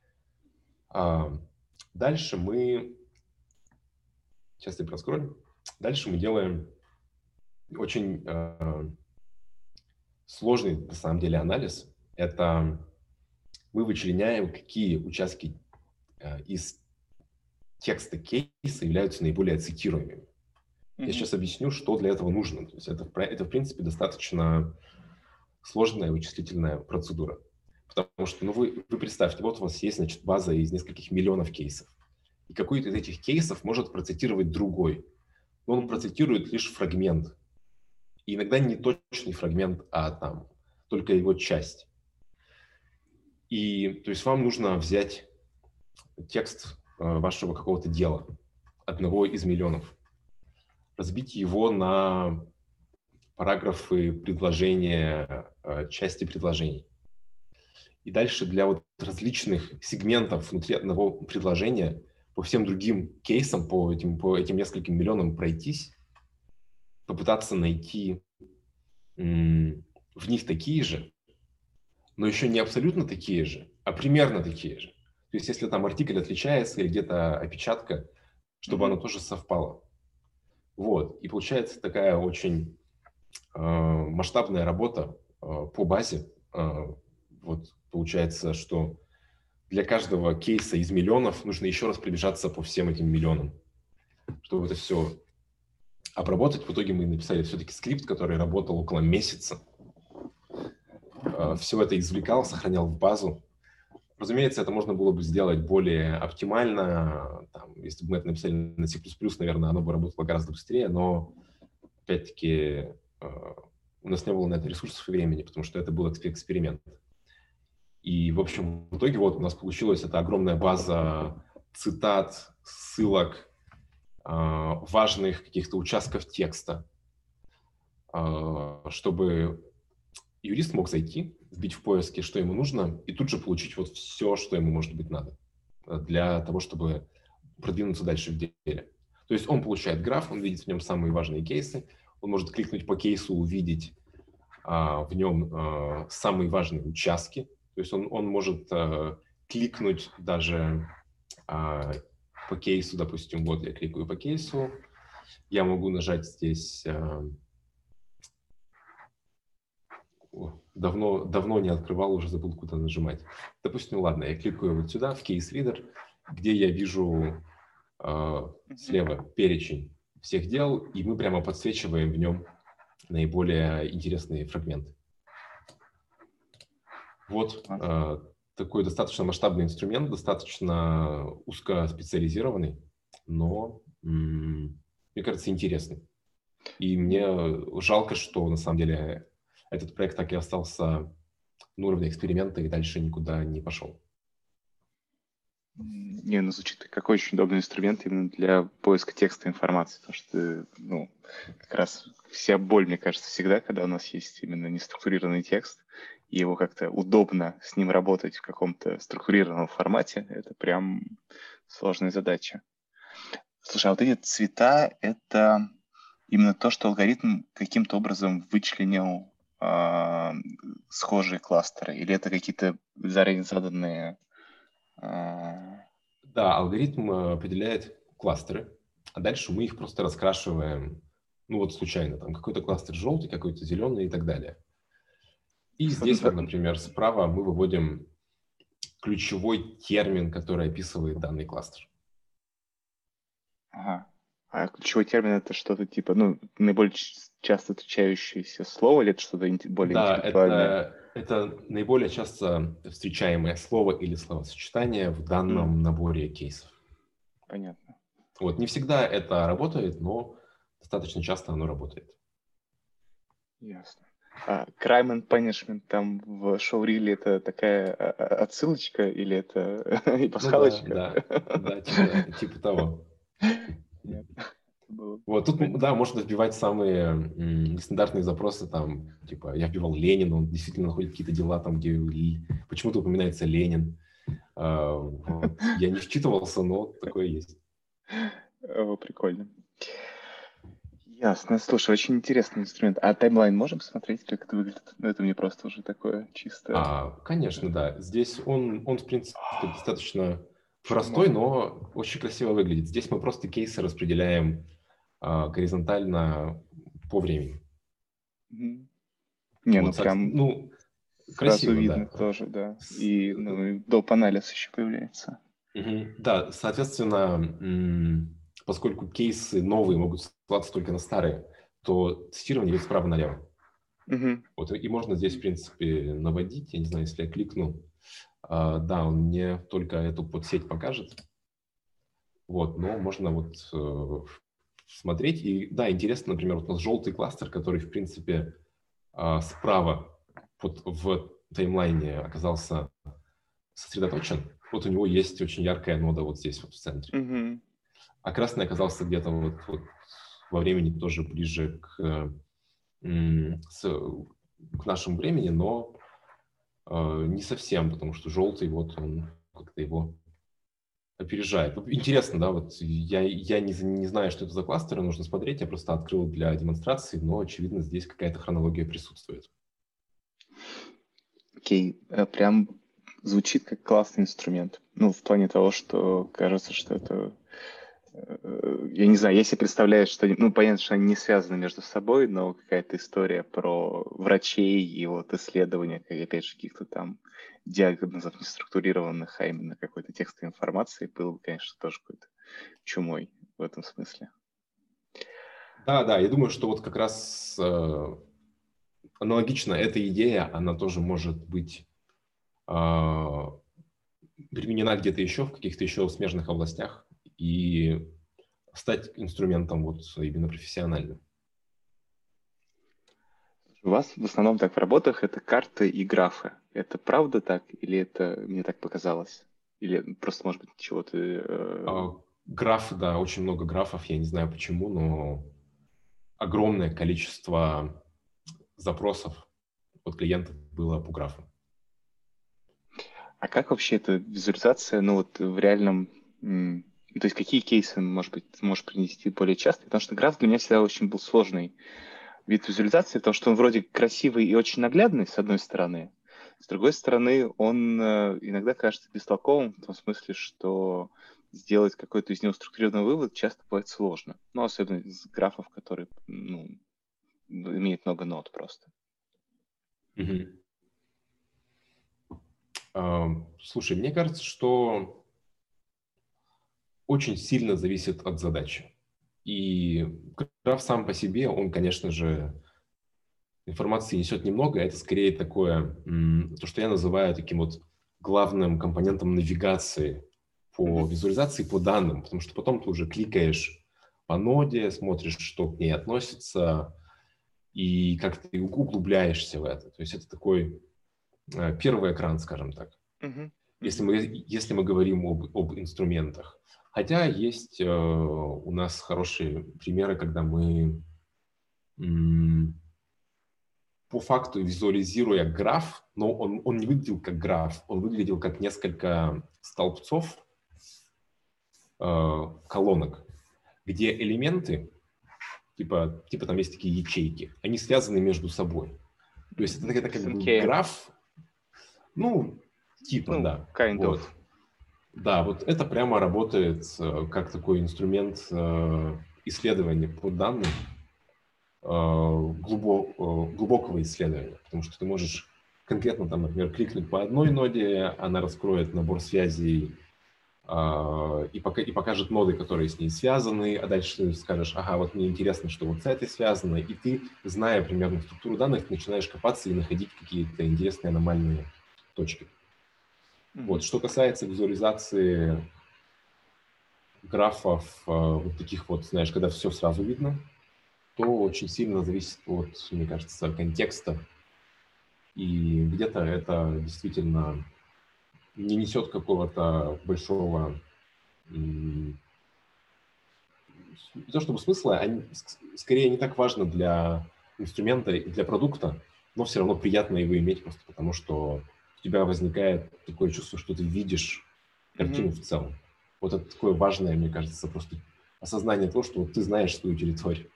А дальше мы... Сейчас я проскроллю. Дальше мы делаем очень э, сложный, на самом деле, анализ. Это мы вычленяем, какие участки э, из текста кейса являются наиболее цитируемыми. Mm-hmm. Я сейчас объясню, что для этого нужно. То есть это, это, в принципе, достаточно сложная вычислительная процедура. Потому что, ну, вы, вы представьте, вот у вас есть, значит, база из нескольких миллионов кейсов. И какой-то из этих кейсов может процитировать другой. Но он процитирует лишь фрагмент. И иногда не точный фрагмент, а там только его часть. И, то есть, вам нужно взять текст э, вашего какого-то дела, одного из миллионов, разбить его на параграфы, предложения, э, части предложений. И дальше для вот различных сегментов внутри одного предложения по всем другим кейсам, по этим, по этим нескольким миллионам пройтись, попытаться найти м, в них такие же, но еще не абсолютно такие же, а примерно такие же. То есть если там артикль отличается или где-то опечатка, чтобы mm-hmm. оно тоже совпало. Вот. И получается такая очень э, масштабная работа э, по базе. Э, вот получается, что для каждого кейса из миллионов нужно еще раз пробежаться по всем этим миллионам, чтобы это все обработать. В итоге мы написали все-таки скрипт, который работал около месяца. Все это извлекал, сохранял в базу. Разумеется, это можно было бы сделать более оптимально. Там, если бы мы это написали на C++, наверное, оно бы работало гораздо быстрее, но, опять-таки, у нас не было на это ресурсов и времени, потому что это был эксперимент. И, в общем, в итоге вот у нас получилась эта огромная база цитат, ссылок, важных каких-то участков текста, чтобы юрист мог зайти, вбить в поиске, что ему нужно, и тут же получить вот все, что ему, может быть, надо для того, чтобы продвинуться дальше в деле. То есть он получает граф, он видит в нем самые важные кейсы, он может кликнуть по кейсу, увидеть а, в нем а, самые важные участки. То есть он, он может а, кликнуть даже а, по кейсу, допустим, вот я кликаю по кейсу, я могу нажать здесь... А, Давно, давно не открывал, уже забыл, куда нажимать. Допустим, ладно, я кликаю вот сюда, в Case Reader, где я вижу э, слева перечень всех дел, и мы прямо подсвечиваем в нем наиболее интересные фрагменты. Вот э, такой достаточно масштабный инструмент, достаточно узкоспециализированный, но, м- мне кажется, интересный. И мне жалко, что на самом деле этот проект так и остался на уровне эксперимента и дальше никуда не пошел. Не, ну звучит как очень удобный инструмент именно для поиска текста информации, потому что, ну, как раз вся боль, мне кажется, всегда, когда у нас есть именно неструктурированный текст, и его как-то удобно с ним работать в каком-то структурированном формате, это прям сложная задача. Слушай, а вот эти цвета — это именно то, что алгоритм каким-то образом вычленил э, схожие кластеры, или это какие-то заранее заданные... Э... Да, алгоритм определяет кластеры, а дальше мы их просто раскрашиваем, ну вот случайно, там какой-то кластер желтый, какой-то зеленый и так далее. И здесь вот, например, справа мы выводим ключевой термин, который описывает данный кластер. Ага. А ключевой термин — это что-то типа, ну, наиболее часто встречающееся слово, или это что-то более да, интеллектуальное? Это, это наиболее часто встречаемое слово или словосочетание в данном mm. наборе кейсов. Понятно. Вот, не всегда это работает, но достаточно часто оно работает. Ясно. А Crime and Punishment там в шоу-риле это такая а, а, отсылочка или это и Ну да, пасхалочка? да, да, типа, типа того. Нет, это было Вот тут, м, прикольно. да, можно вбивать самые м, нестандартные запросы, там, типа, я вбивал Ленин, он действительно находит какие-то дела там, где Ли- почему-то упоминается Ленин. А, вот. Я не вчитывался, но такое есть. О, прикольно. Ясно. Слушай, очень интересный инструмент. А таймлайн можем посмотреть, как это выглядит? Ну, это мне просто уже такое чисто... А, конечно, да. Здесь он, он, в принципе, достаточно простой, Чумовый. но очень красиво выглядит. Здесь мы просто кейсы распределяем а, горизонтально по времени. Мгм. Не, ну Вот, соот- прям ну, сразу красиво, видно да. тоже, да. С- И, ну, и доп. Анализ еще появляется. Мгм. Да, соответственно, м, поскольку кейсы новые могут ссылаться только на старые, то тестирование идет справа налево. Мгм. Вот, и можно здесь, в принципе, наводить. Я не знаю, если я кликну, а, да, он мне только эту подсеть покажет. Вот, но можно вот э, смотреть. И да, интересно, например, вот у нас желтый кластер, который, в принципе, а, справа под, в таймлайне оказался сосредоточен. Вот у него есть очень яркая нода вот здесь, вот в центре. Мгм. А красный оказался где-то вот, вот во времени тоже ближе к, э, м, с- к нашему времени, но э, не совсем, потому что желтый, вот он как-то его опережает. Вот интересно, да, вот я, я не, не знаю, что это за кластеры, нужно смотреть, я просто открыл для демонстрации, но, очевидно, здесь какая-то хронология присутствует. Окей. Э, Прям звучит как классный инструмент. Ну, в плане того, что кажется, что это... э, Я не знаю, я себе представляю, что... они- Ну, понятно, что они не связаны между собой, но какая-то история про врачей и вот исследования, как, опять же, каких-то там диагнозов неструктурированных, а именно какой-то текстовой информации, было бы, конечно, тоже какой-то чумой в этом смысле. Да, да, я думаю, что вот как раз э, аналогично эта идея, она тоже может быть э, применена где-то еще, в каких-то еще смежных областях и стать инструментом вот именно профессиональным. У вас в основном так в работах это карты и графы. Это правда так или это мне так показалось? Или просто, может быть, чего-то... э, А, Графы, да, очень много графов, я не знаю почему, но огромное количество запросов от клиентов было по графу. А как вообще эта визуализация, ну вот в реальном... м, То есть какие кейсы, может быть, ты можешь принести более часто? Потому что граф для меня всегда очень был сложный вид визуализации, потому что он вроде красивый и очень наглядный, с одной стороны. С другой стороны, он э, иногда кажется бестолковым, в том смысле, что сделать какой-то из него структурированный вывод часто бывает сложно. Ну, особенно из графов, которые ну, имеют много нот просто. Мгм. А, Слушай, мне кажется, что очень сильно зависит от задачи. И граф сам по себе, он, конечно же, информации несет немного. Это скорее такое, м, то, что я называю таким вот главным компонентом навигации по Мгм. визуализации, по данным, потому что потом ты уже кликаешь по ноде, смотришь, что к ней относится, и как ты углубляешься в это. То есть это такой э, первый экран, скажем так, Мгм. если Мгм. мы, если мы говорим об, об инструментах. Хотя есть э, у нас хорошие примеры, когда мы м, по факту визуализируя граф, но он, он не выглядел как граф, он выглядел как несколько столбцов, э, колонок, где элементы, типа, типа там есть такие ячейки, они связаны между собой. То есть это, Мгм. это Типа как бы Синкея. граф, ну, типа, Ну, да. kind of. Вот. Да, вот это прямо работает э, как такой инструмент э, исследования по данным, э, глубо- э, глубокого исследования, потому что ты можешь конкретно там, например, кликнуть по одной ноде, она раскроет набор связей э, и, пока, и покажет ноды, которые с ней связаны, а дальше ты скажешь, ага, вот мне интересно, что вот с этой связано, и ты, зная примерно структуру данных, начинаешь копаться и находить какие-то интересные аномальные точки. Вот. Мгм. Что касается визуализации графов, э, вот таких вот, знаешь, когда все сразу видно, то очень сильно зависит от, мне кажется, контекста. И где-то это действительно не несет какого-то большого, м, не то чтобы смысла, а не- с- скорее не так важно для инструмента и для продукта, но все равно приятно его иметь просто потому, что у тебя возникает такое чувство, что ты видишь картину Мгм. в целом. Вот это такое важное, мне кажется, просто осознание того, что вот ты знаешь свою территорию.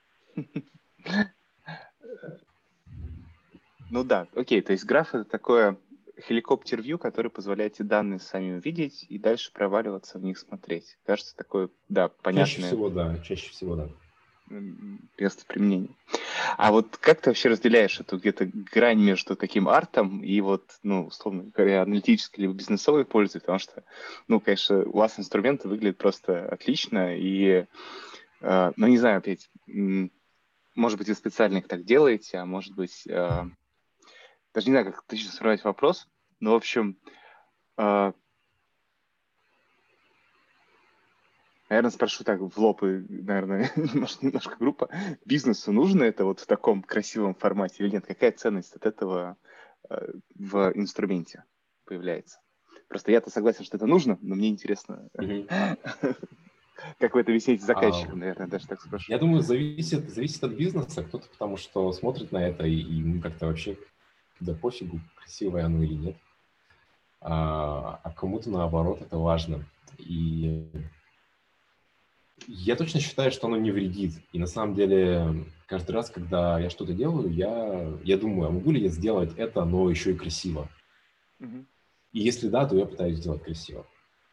Ну да, окей, то есть граф это такое хеликоптер-вью, который позволяет эти данные сами увидеть и дальше проваливаться в них смотреть. Кажется, такое, да, Чаще понятное всего, да, чаще всего, да. м, место применения. А вот как ты вообще разделяешь эту где-то грань между таким артом и вот, ну, условно говоря, аналитической либо бизнесовой пользой? Потому что, ну, конечно, у вас инструменты выглядят просто отлично, и, э, ну, не знаю, опять, м, может быть, вы специально их так делаете, а может быть, э, даже не знаю, как точно сформулировать вопрос, но, в общем, э, наверное, спрошу так в лоб, и, наверное, может, немножко группа. Бизнесу нужно это вот в таком красивом формате или нет? Какая ценность от этого э, в инструменте появляется? Просто я-то согласен, что это нужно, но мне интересно, Мгм. как вы это объясняете А, заказчикам, наверное, даже так Я спрошу. думаю, зависит, зависит от бизнеса. Кто-то потому что смотрит на это, и ему как-то вообще да пофигу, красивое оно или нет. А, а кому-то, наоборот, это важно. И я точно считаю, что оно не вредит. И на самом деле, каждый раз, когда я что-то делаю, я, я думаю, а могу ли я сделать это, но еще и красиво? Мгм. И если да, то я пытаюсь сделать красиво.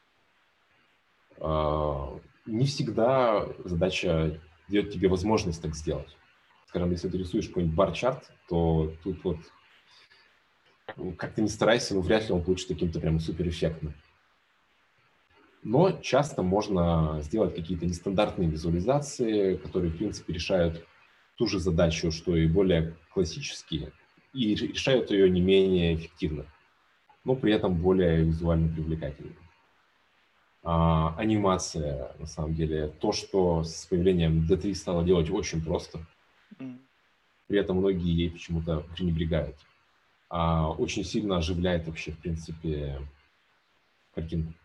А, Не всегда задача дает тебе возможность так сделать. Скажем, если ты рисуешь какой-нибудь бар-чарт, то тут вот ну, как ты ни старайся, ну, вряд ли он получится каким-то прям суперэффектным. Но часто можно сделать какие-то нестандартные визуализации, которые, в принципе, решают ту же задачу, что и более классические, и решают ее не менее эффективно, но при этом более визуально привлекательно. А, анимация, на самом деле, то, что с появлением ди три стало делать очень просто, Мгм. при этом многие ей почему-то пренебрегают. А, очень сильно оживляет вообще, в принципе, картинку.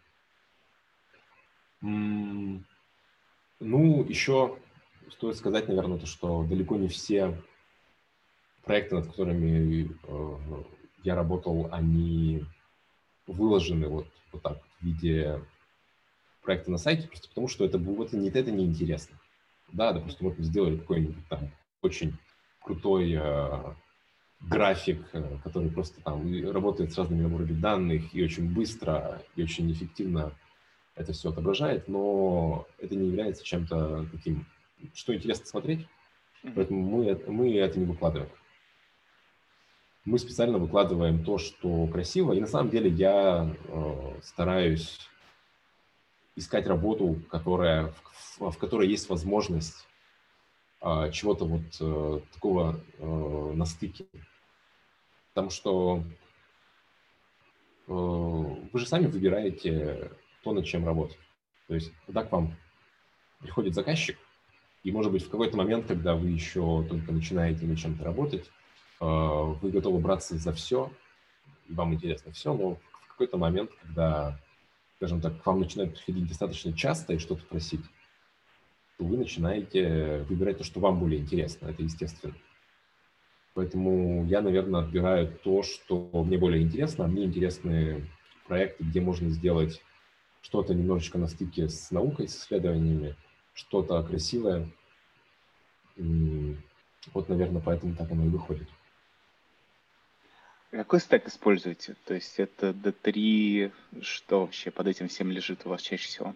М, Ну, еще стоит сказать, наверное, то, что далеко не все проекты, над которыми э, я работал, они выложены вот, вот так в виде проекта на сайте, просто потому что это, было- это, не, это неинтересно. Да, допустим, вот мы сделали какой-нибудь там очень крутой э, график, э, который просто там и работает с разными наборами данных и очень быстро, и очень эффективно это все отображает, но это не является чем-то таким, что интересно смотреть, Мгм. поэтому мы, это- мы это не выкладываем. Мы специально выкладываем то, что красиво, и на самом деле я э, стараюсь искать работу, которая, в, в которой есть возможность э, чего-то вот э, такого э, на стыке. Потому что э, вы же сами выбираете то, над чем работать. То есть, когда к вам приходит заказчик, и, может быть, в какой-то момент, когда вы еще только начинаете над чем-то работать, э, вы готовы браться за все, и вам интересно все, но в какой-то момент, когда, скажем так, к вам начинают приходить достаточно часто и что-то просить, то вы начинаете выбирать то, что вам более интересно. Это естественно. Поэтому я, наверное, отбираю то, что мне более интересно. А мне интересны проекты, где можно сделать что-то немножечко на стыке с наукой, с исследованиями, что-то красивое. М, Вот, наверное, поэтому так оно и выходит. Какой стек используете? То есть это ди три, что вообще под этим всем лежит у вас чаще всего?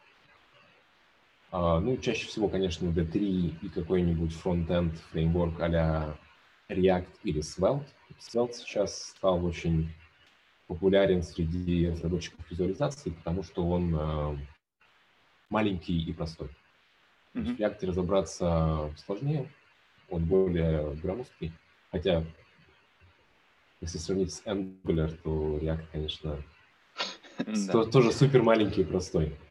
А, Ну, чаще всего, конечно, ди три и какой-нибудь фронт-энд фреймворк а-ля React или Svelte. Svelte сейчас стал очень популярен среди разработчиков визуализации, потому что он э, маленький и простой. То есть в Мгм. React разобраться сложнее, он более громоздкий. Хотя, если сравнить с Angular, то React, конечно, Да. то- тоже супер маленький и простой.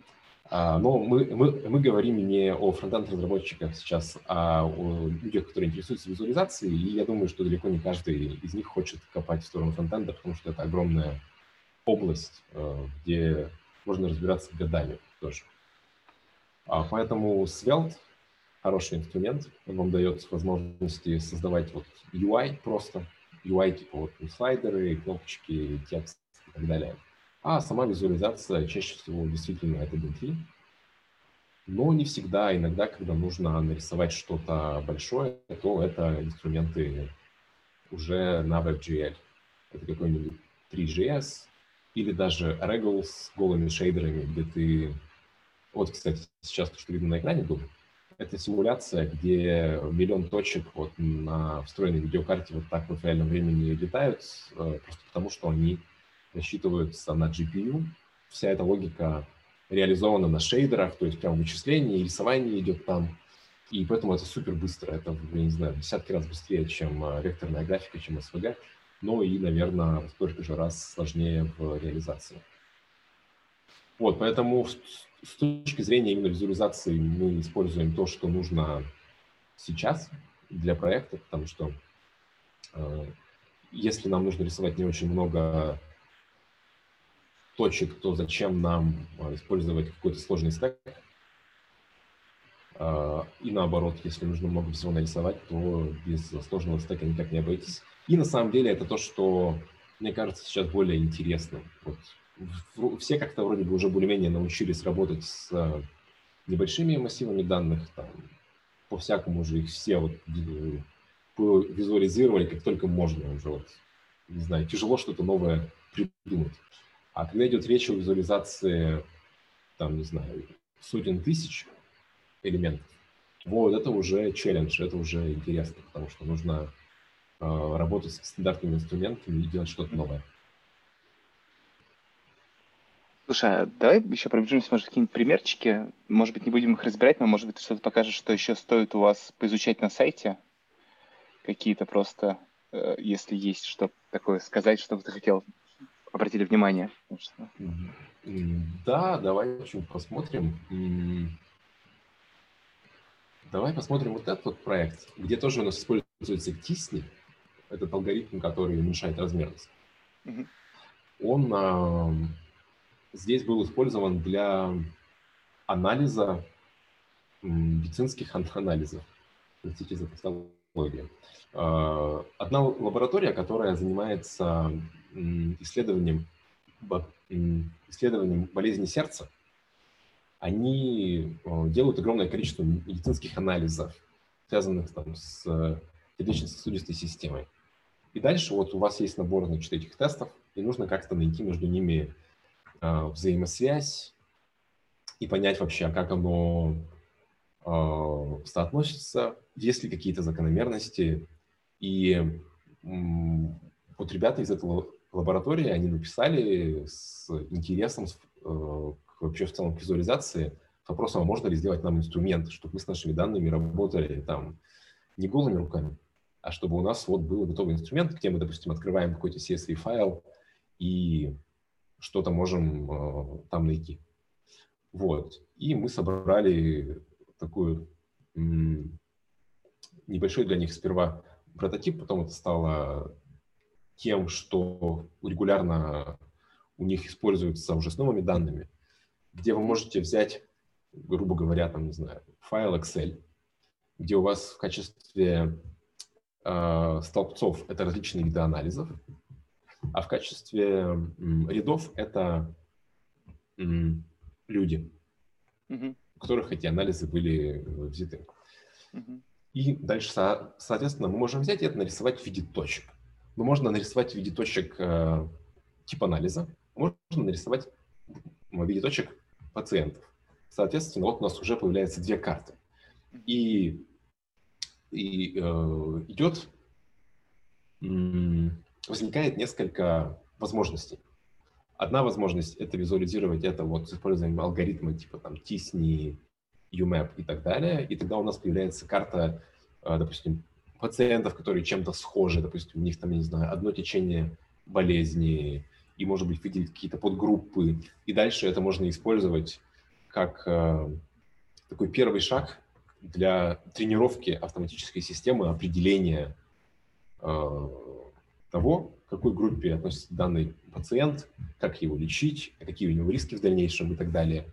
А, но мы, мы, мы говорим не о фронтенд-разработчиках сейчас, а о людях, которые интересуются визуализацией, и я думаю, что далеко не каждый из них хочет копать в сторону фронтенда, потому что это огромная область, где можно разбираться годами тоже. А поэтому Svelte — хороший инструмент, он вам дает возможности создавать вот ю ай просто, ю ай типа вот слайдеры, кнопочки, текст и так далее. А сама визуализация чаще всего действительно это би эм три. Но не всегда. Иногда, когда нужно нарисовать что-то большое, то это инструменты уже на WebGL. Это какой-нибудь три джей эс или даже Regol с голыми шейдерами, где ты... Вот, кстати, сейчас то, что видно на экране было, это симуляция, где миллион точек вот на встроенной видеокарте вот так вот в реальном времени летают, просто потому что они рассчитываются на джи пи ю. Вся эта логика реализована на шейдерах, то есть прям вычисление и рисование идет там. И поэтому это супер быстро. Это, я не знаю, десятки раз быстрее, чем векторная графика, чем эс ви джи. Но и, наверное, в столько же раз сложнее в реализации. Вот, поэтому с точки зрения именно визуализации мы используем то, что нужно сейчас для проекта, потому что э, если нам нужно рисовать не очень много точек, то зачем нам использовать какой-то сложный стек? Э, и наоборот, если нужно много всего нарисовать, то без сложного стека никак не обойтись. И на самом деле это то, что, мне кажется, сейчас более интересно. Вот. Все как-то вроде бы уже более-менее научились работать с небольшими массивами данных, там, по-всякому уже их все вот визуализировали, как только можно уже, вот, не знаю, тяжело что-то новое придумать. А когда идет речь о визуализации, там, не знаю, сотен тысяч элементов, вот, это уже челлендж, это уже интересно, потому что нужно э, работать с стандартными инструментами и делать что-то новое. Слушай, а давай еще пробежимся, может, какие-нибудь примерчики. Может быть, не будем их разбирать, но, может быть, ты что-то покажешь, что еще стоит у вас поизучать на сайте. Какие-то просто, э, если есть что такое сказать, чтобы ты хотел обратили внимание. Что... Да, давай что-нибудь посмотрим. Давай посмотрим вот этот вот проект, где тоже у нас используется Тисни, этот алгоритм, который уменьшает размерность. Mm-hmm. Он а, здесь был использован для анализа медицинских анализов. Простите за тавтологию. А, одна лаборатория, которая занимается исследованием, исследованием болезни сердца, они делают огромное количество медицинских анализов, связанных там, с сердечно-сосудистой системой. И дальше вот у вас есть набор, значит, этих тестов, и нужно как-то найти между ними э, взаимосвязь и понять вообще, как оно э, соотносится, есть ли какие-то закономерности. И м, вот ребята из этой лаборатории, они написали с интересом э, к, вообще в целом к визуализации с вопросом, а можно ли сделать нам инструмент, чтобы мы с нашими данными работали там не голыми руками, а чтобы у нас вот был готовый инструмент, где мы, допустим, открываем какой-то си эс ви файл и что-то можем э, там найти. Вот. И мы собрали такую м, небольшой для них сперва прототип, потом это стало тем, что регулярно у них используется уже с новыми данными, где вы можете взять, грубо говоря, там, не знаю, файл Excel, где у вас в качестве э, столбцов это различные виды анализов, а в качестве м, рядов это м, люди, mm-hmm. у которых эти анализы были взяты. Mm-hmm. И дальше, со- соответственно, мы можем взять и это нарисовать в виде точек. Но можно нарисовать в виде точек э, тип анализа, можно нарисовать в виде точек пациентов. Соответственно, вот у нас уже появляются две карты. И, и э, идет, м- возникает несколько возможностей. Одна возможность — это визуализировать это вот с использованием алгоритма типа там Тисни, ю мэп и так далее. И тогда у нас появляется карта, э, допустим, пациентов, которые чем-то схожи. Допустим, у них там, я не знаю, одно течение болезни, и, может быть, выделить какие-то подгруппы. И дальше это можно использовать как э, такой первый шаг для тренировки автоматической системы определения э, того, к какой группе относится данный пациент, как его лечить, какие у него риски в дальнейшем и так далее.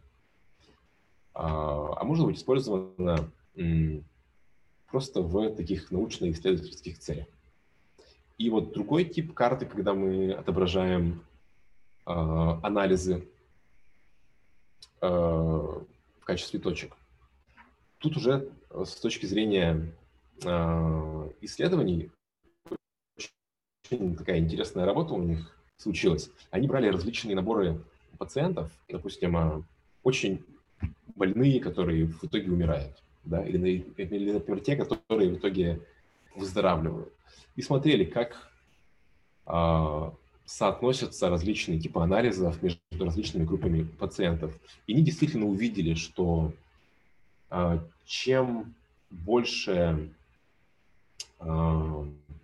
А, а может быть использовано м, просто в таких научно-исследовательских целях. И вот другой тип карты, когда мы отображаем э, анализы э, в качестве точек. Тут уже с точки зрения э, исследований очень такая интересная работа у них случилась. Они брали различные наборы пациентов, допустим, э, очень больные, которые в итоге умирают, да, или, или, например, те, которые в итоге выздоравливают. И смотрели, как э, соотносятся различные типы анализов между различными группами пациентов. И они действительно увидели, что э, чем больше э,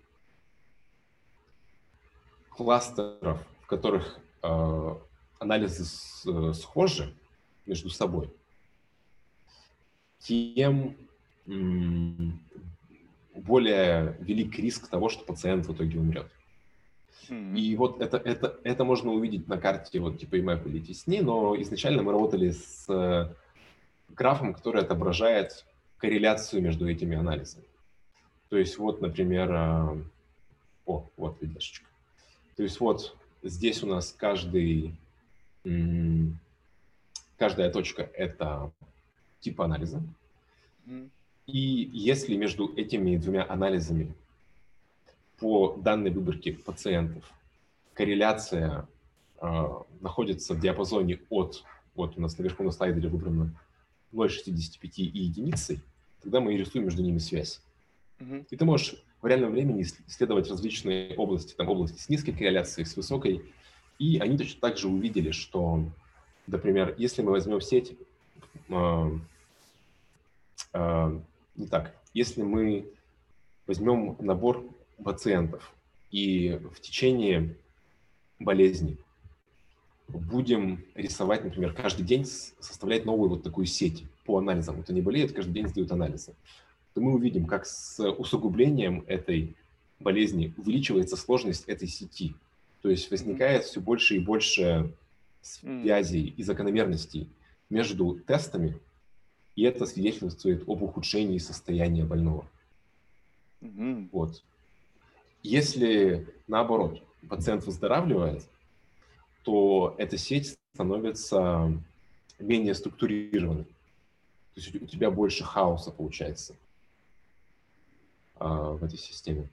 кластеров, в которых э, анализы с, э, схожи между собой, тем м, более велик риск того, что пациент в итоге умрет. Mm-hmm. И вот это, это, это можно увидеть на карте вот типа имэп или тесни, но изначально мы работали с э, графом, который отображает корреляцию между этими анализами. То есть вот, например, э, о, вот видяшечка. То есть вот здесь у нас каждый, м, каждая точка — это тип анализа. Mm-hmm. И если между этими двумя анализами по данной выборке пациентов корреляция э, находится в диапазоне от, вот у нас наверху на слайдере выбрано ноль целых шестьдесят пять и единицей, тогда мы рисуем между ними связь. Mm-hmm. И ты можешь в реальном времени исследовать различные области, там области с низкой корреляцией, с высокой, и они точно так же увидели, что, например, если мы возьмем сеть, э, э, не так, если мы возьмем набор пациентов и в течение болезни будем рисовать, например, каждый день составлять новую вот такую сеть по анализам. Вот они болеют, каждый день сдают анализы. То мы увидим, как с усугублением этой болезни увеличивается сложность этой сети. То есть возникает mm-hmm. все больше и больше связей mm-hmm. и закономерностей между тестами, и это свидетельствует об ухудшении состояния больного. Mm-hmm. Вот. Если, наоборот, пациент выздоравливает, то эта сеть становится менее структурированной. То есть у тебя больше хаоса получается а, в этой системе.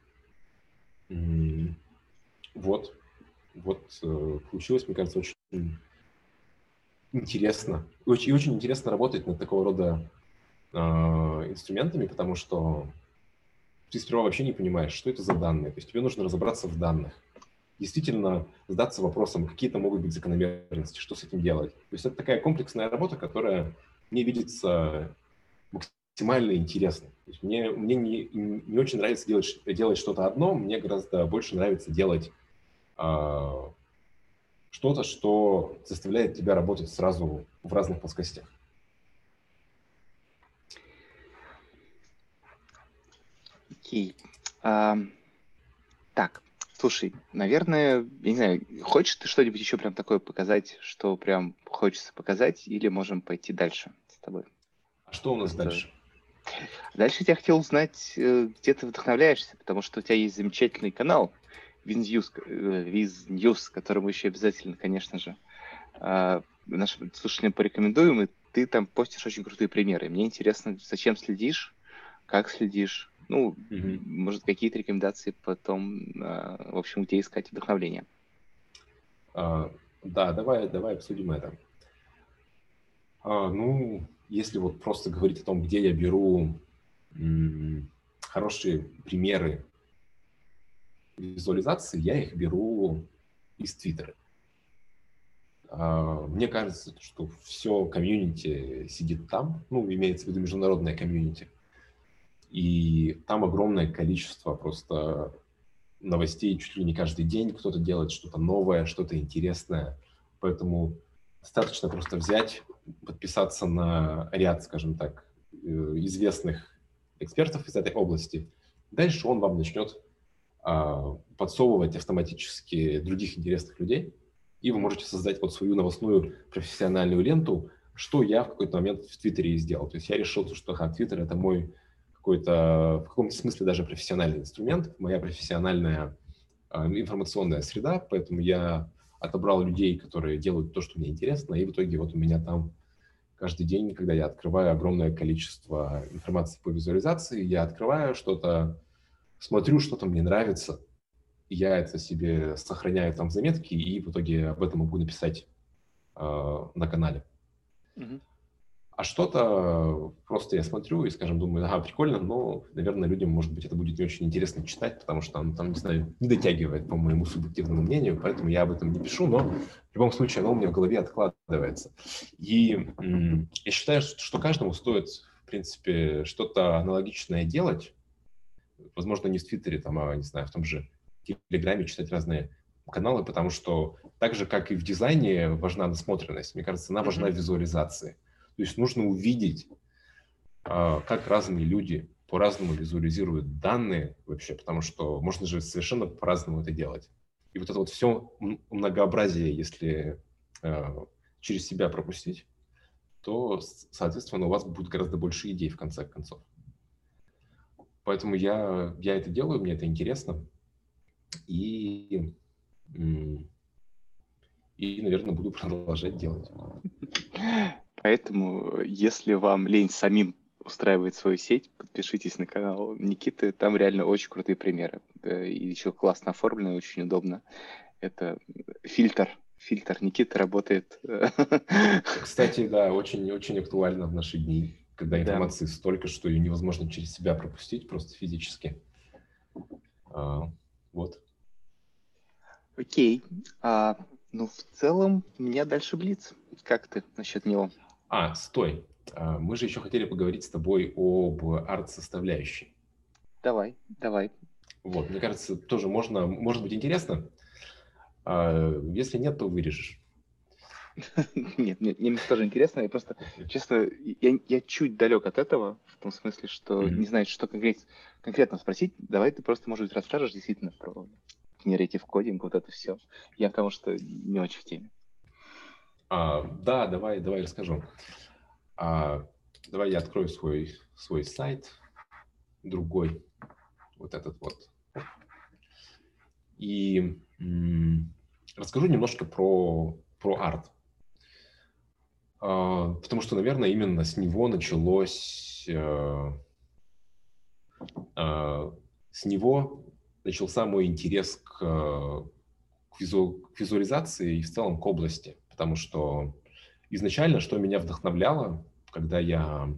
Вот. Вот получилось, мне кажется, очень интересно. И очень, и очень интересно работать над такого рода а, инструментами, потому что ты сперва вообще не понимаешь, что это за данные. То есть тебе нужно разобраться в данных. Действительно задаться вопросом, какие там могут быть закономерности, что с этим делать. То есть это такая комплексная работа, которая мне видится максимально интересной. То есть мне мне не, не очень нравится делать, делать что-то одно, мне гораздо больше нравится делать э, что-то, что заставляет тебя работать сразу в разных плоскостях. Окей. Okay. Um, так. Слушай, наверное, я не знаю, хочешь ты что-нибудь еще прям такое показать, что прям хочется показать, или можем пойти дальше с тобой? А что у нас Просто... дальше? Дальше я хотел узнать, где ты вдохновляешься, потому что у тебя есть замечательный канал WizNews, WizNews, который мы еще обязательно, конечно же, нашим слушателям порекомендуем, и ты там постишь очень крутые примеры. Мне интересно, зачем следишь, как следишь. Ну, mm-hmm. может, какие-то рекомендации потом, в общем, где искать вдохновление. Uh, да, давай, давай обсудим это. Uh, ну, если вот просто говорить о том, где я беру м- хорошие примеры визуализации, я их беру из Твиттера. Uh, мне кажется, что все комьюнити сидит там, ну, имеется в виду международное комьюнити. И там огромное количество просто новостей чуть ли не каждый день. Кто-то делает что-то новое, что-то интересное. Поэтому достаточно просто взять подписаться на ряд, скажем так, известных экспертов из этой области. Дальше он вам начнет а, подсовывать автоматически других интересных людей, и вы можете создать вот свою новостную профессиональную ленту, что я в какой-то момент в Твиттере и сделал. То есть я решил, что ага, Твиттер — это мой какой-то, в каком-то смысле даже профессиональный инструмент, моя профессиональная а, информационная среда, поэтому я отобрал людей, которые делают то, что мне интересно, и в итоге вот у меня там каждый день, когда я открываю огромное количество информации по визуализации, я открываю что-то, смотрю, что-то мне нравится, я это себе сохраняю там в заметке, и в итоге об этом могу написать э, на канале. Мгм. А что-то просто я смотрю и, скажем, думаю, ага, прикольно, но, наверное, людям, может быть, это будет не очень интересно читать, потому что там, там, не знаю, не дотягивает по моему субъективному мнению, поэтому я об этом не пишу, но в любом случае оно у меня в голове откладывается. И м, я считаю, что, что каждому стоит, в принципе, что-то аналогичное делать, возможно, не в Твиттере, там, а, не знаю, в том же Телеграме читать разные каналы, потому что так же, как и в дизайне важна насмотренность, мне кажется, она важна в визуализации. То есть нужно увидеть, как разные люди по-разному визуализируют данные вообще, потому что можно же совершенно по-разному это делать. И вот это вот все многообразие, если через себя пропустить, то, соответственно, у вас будет гораздо больше идей в конце концов. Поэтому я, я это делаю, мне это интересно. И, и, наверное, буду продолжать делать. Поэтому, если вам лень самим устраивать свою сеть, подпишитесь на канал Никиты. Там реально очень крутые примеры. И еще классно оформлено, очень удобно. Это фильтр. Фильтр Никиты работает. Кстати, да, очень-очень актуально в наши дни, когда Да. информации столько, что ее невозможно через себя пропустить просто физически. А, вот. Окей. А, ну, в целом, у меня дальше блиц. Как ты насчет него? А, стой. А, мы же еще хотели поговорить с тобой об арт-составляющей. Давай, давай. Вот, мне кажется, тоже можно, может быть интересно. А, если нет, то вырежешь. Нет, нет, мне тоже интересно. Я просто, честно, я, я чуть далек от этого, в том смысле, что Mm-hmm. не знаю, что конкрет, конкретно спросить. Давай ты просто, может быть, расскажешь действительно про генератив кодинг, вот это все. Я потому что не очень в теме. А, да, давай, давай расскажу. А, давай я открою свой, свой сайт, другой, вот этот вот. И м- расскажу немножко про, про арт. А, потому что, наверное, именно с него началось... А, а, с него начался мой интерес к, к, визу, к визуализации и в целом к области. Потому что изначально, что меня вдохновляло, когда я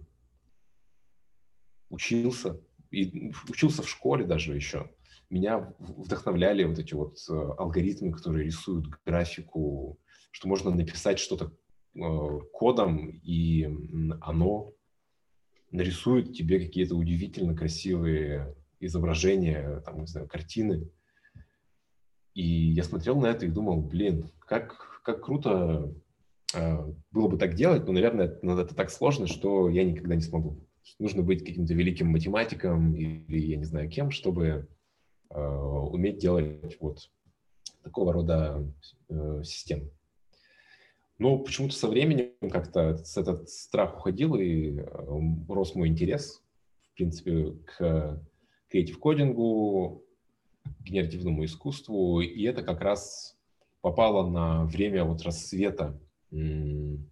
учился, и учился в школе даже еще, меня вдохновляли вот эти вот алгоритмы, которые рисуют графику, что можно написать что-то э, кодом, и оно нарисует тебе какие-то удивительно красивые изображения, там, не знаю, картины. И я смотрел на это и думал, блин, как, как круто э, было бы так делать, но, наверное, это, это так сложно, что я никогда не смогу. Нужно быть каким-то великим математиком или, я не знаю, кем, чтобы э, уметь делать вот такого рода э, системы. Но почему-то со временем как-то этот страх уходил, и э, рос мой интерес, в принципе, к креатив-кодингу, генеративному искусству, и это как раз попало на время вот рассвета м-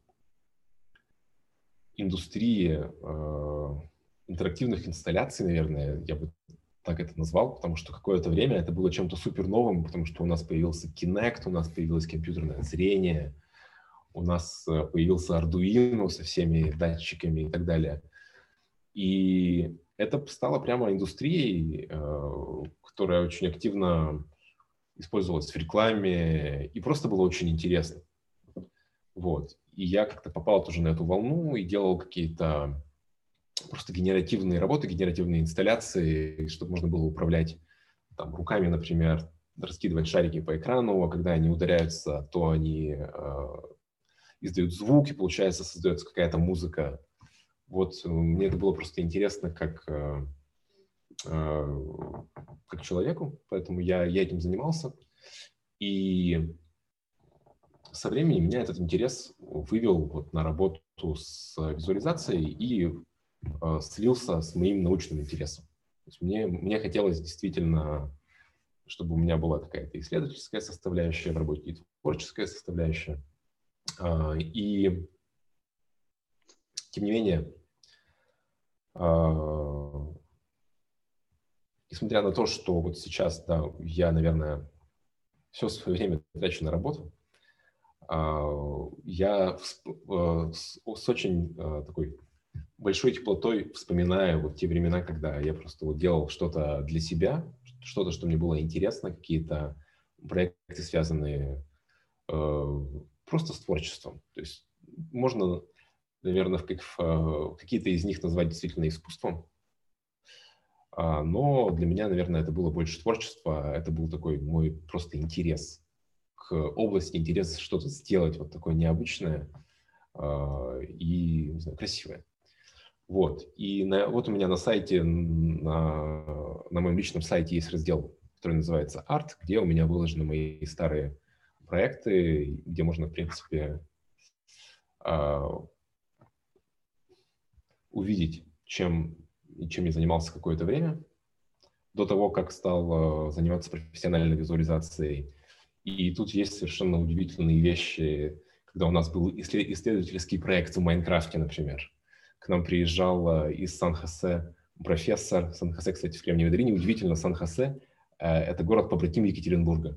индустрии э, интерактивных инсталляций, наверное, я бы так это назвал, потому что какое-то время это было чем-то супер новым, потому что у нас появился Kinect, у нас появилось компьютерное зрение, у нас появился Arduino со всеми датчиками и так далее. И это стало прямо индустрией, э, которая очень активно использовалась в рекламе, и просто было очень интересно. Вот. И я как-то попал тоже на эту волну и делал какие-то просто генеративные работы, генеративные инсталляции, чтобы можно было управлять там, руками, например, раскидывать шарики по экрану, а когда они ударяются, то они э, издают звуки, получается, создается какая-то музыка. Вот мне это было просто интересно как, как человеку, поэтому я, я этим занимался. И со временем меня этот интерес вывел вот на работу с визуализацией и э, слился с моим научным интересом. То есть мне, мне хотелось действительно, чтобы у меня была какая-то исследовательская составляющая в работе и творческая составляющая. Э, и тем не менее, э, несмотря на то, что вот сейчас, да, я, наверное, все свое время трачу на работу, я с, с очень такой большой теплотой вспоминаю вот те времена, когда я просто вот делал что-то для себя, что-то, что мне было интересно, какие-то проекты, связанные э, просто с творчеством. То есть можно, наверное, в, как, в, какие-то из них назвать действительно искусством, а, но для меня, наверное, это было больше творчество, это был такой мой просто интерес к области, интерес что-то сделать вот такое необычное э, и, не знаю, красивое. Вот. И на, вот у меня на сайте, на, на моем личном сайте есть раздел, который называется «Арт», где у меня выложены мои старые проекты, где можно, в принципе, э, увидеть, чем, чем я занимался какое-то время, до того, как стал э, заниматься профессиональной визуализацией. И тут есть совершенно удивительные вещи, когда у нас был исследовательский проект в Майнкрафте, например. К нам приезжал из Сан-Хосе профессор. Сан-Хосе, кстати, в Кремниевой долине. Удивительно, Сан-Хосе – это город-побратим Екатеринбурга.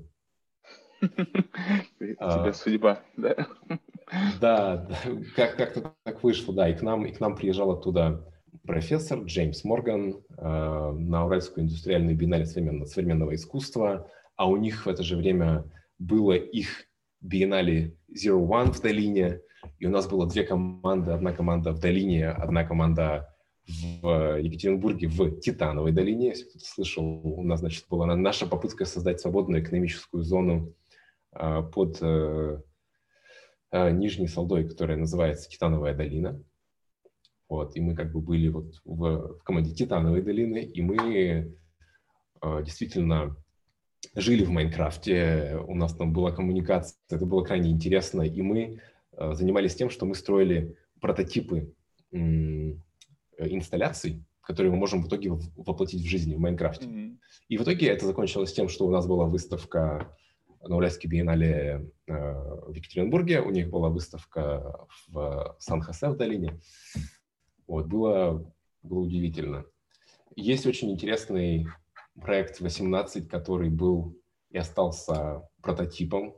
Тебе судьба, да? Да, как- как-то так вышло, да. И к нам, и к нам приезжал оттуда профессор Джеймс Морган э, на Уральскую индустриальную биеннале современного, современного искусства, а у них в это же время было их биеннале Zero One в Долине, и у нас было две команды, одна команда в Долине, одна команда в Екатеринбурге в Титановой долине, если кто-то слышал. У нас, значит, была наша попытка создать свободную экономическую зону э, под э, э, Нижней Салдой, которая называется Титановая долина. Вот, и мы как бы были вот в, в команде Титановой долины, и мы э, действительно жили в Майнкрафте, у нас там была коммуникация, это было крайне интересно, и мы э, занимались тем, что мы строили прототипы м, инсталляций, которые мы можем в итоге воплотить в жизни в Майнкрафте. Mm-hmm. И в итоге это закончилось тем, что у нас была выставка на Уральской биеннале э, в Екатеринбурге, у них была выставка в Сан-Хосе в долине. Вот, было, было удивительно. Есть очень интересный проект восемнадцать, который был и остался прототипом.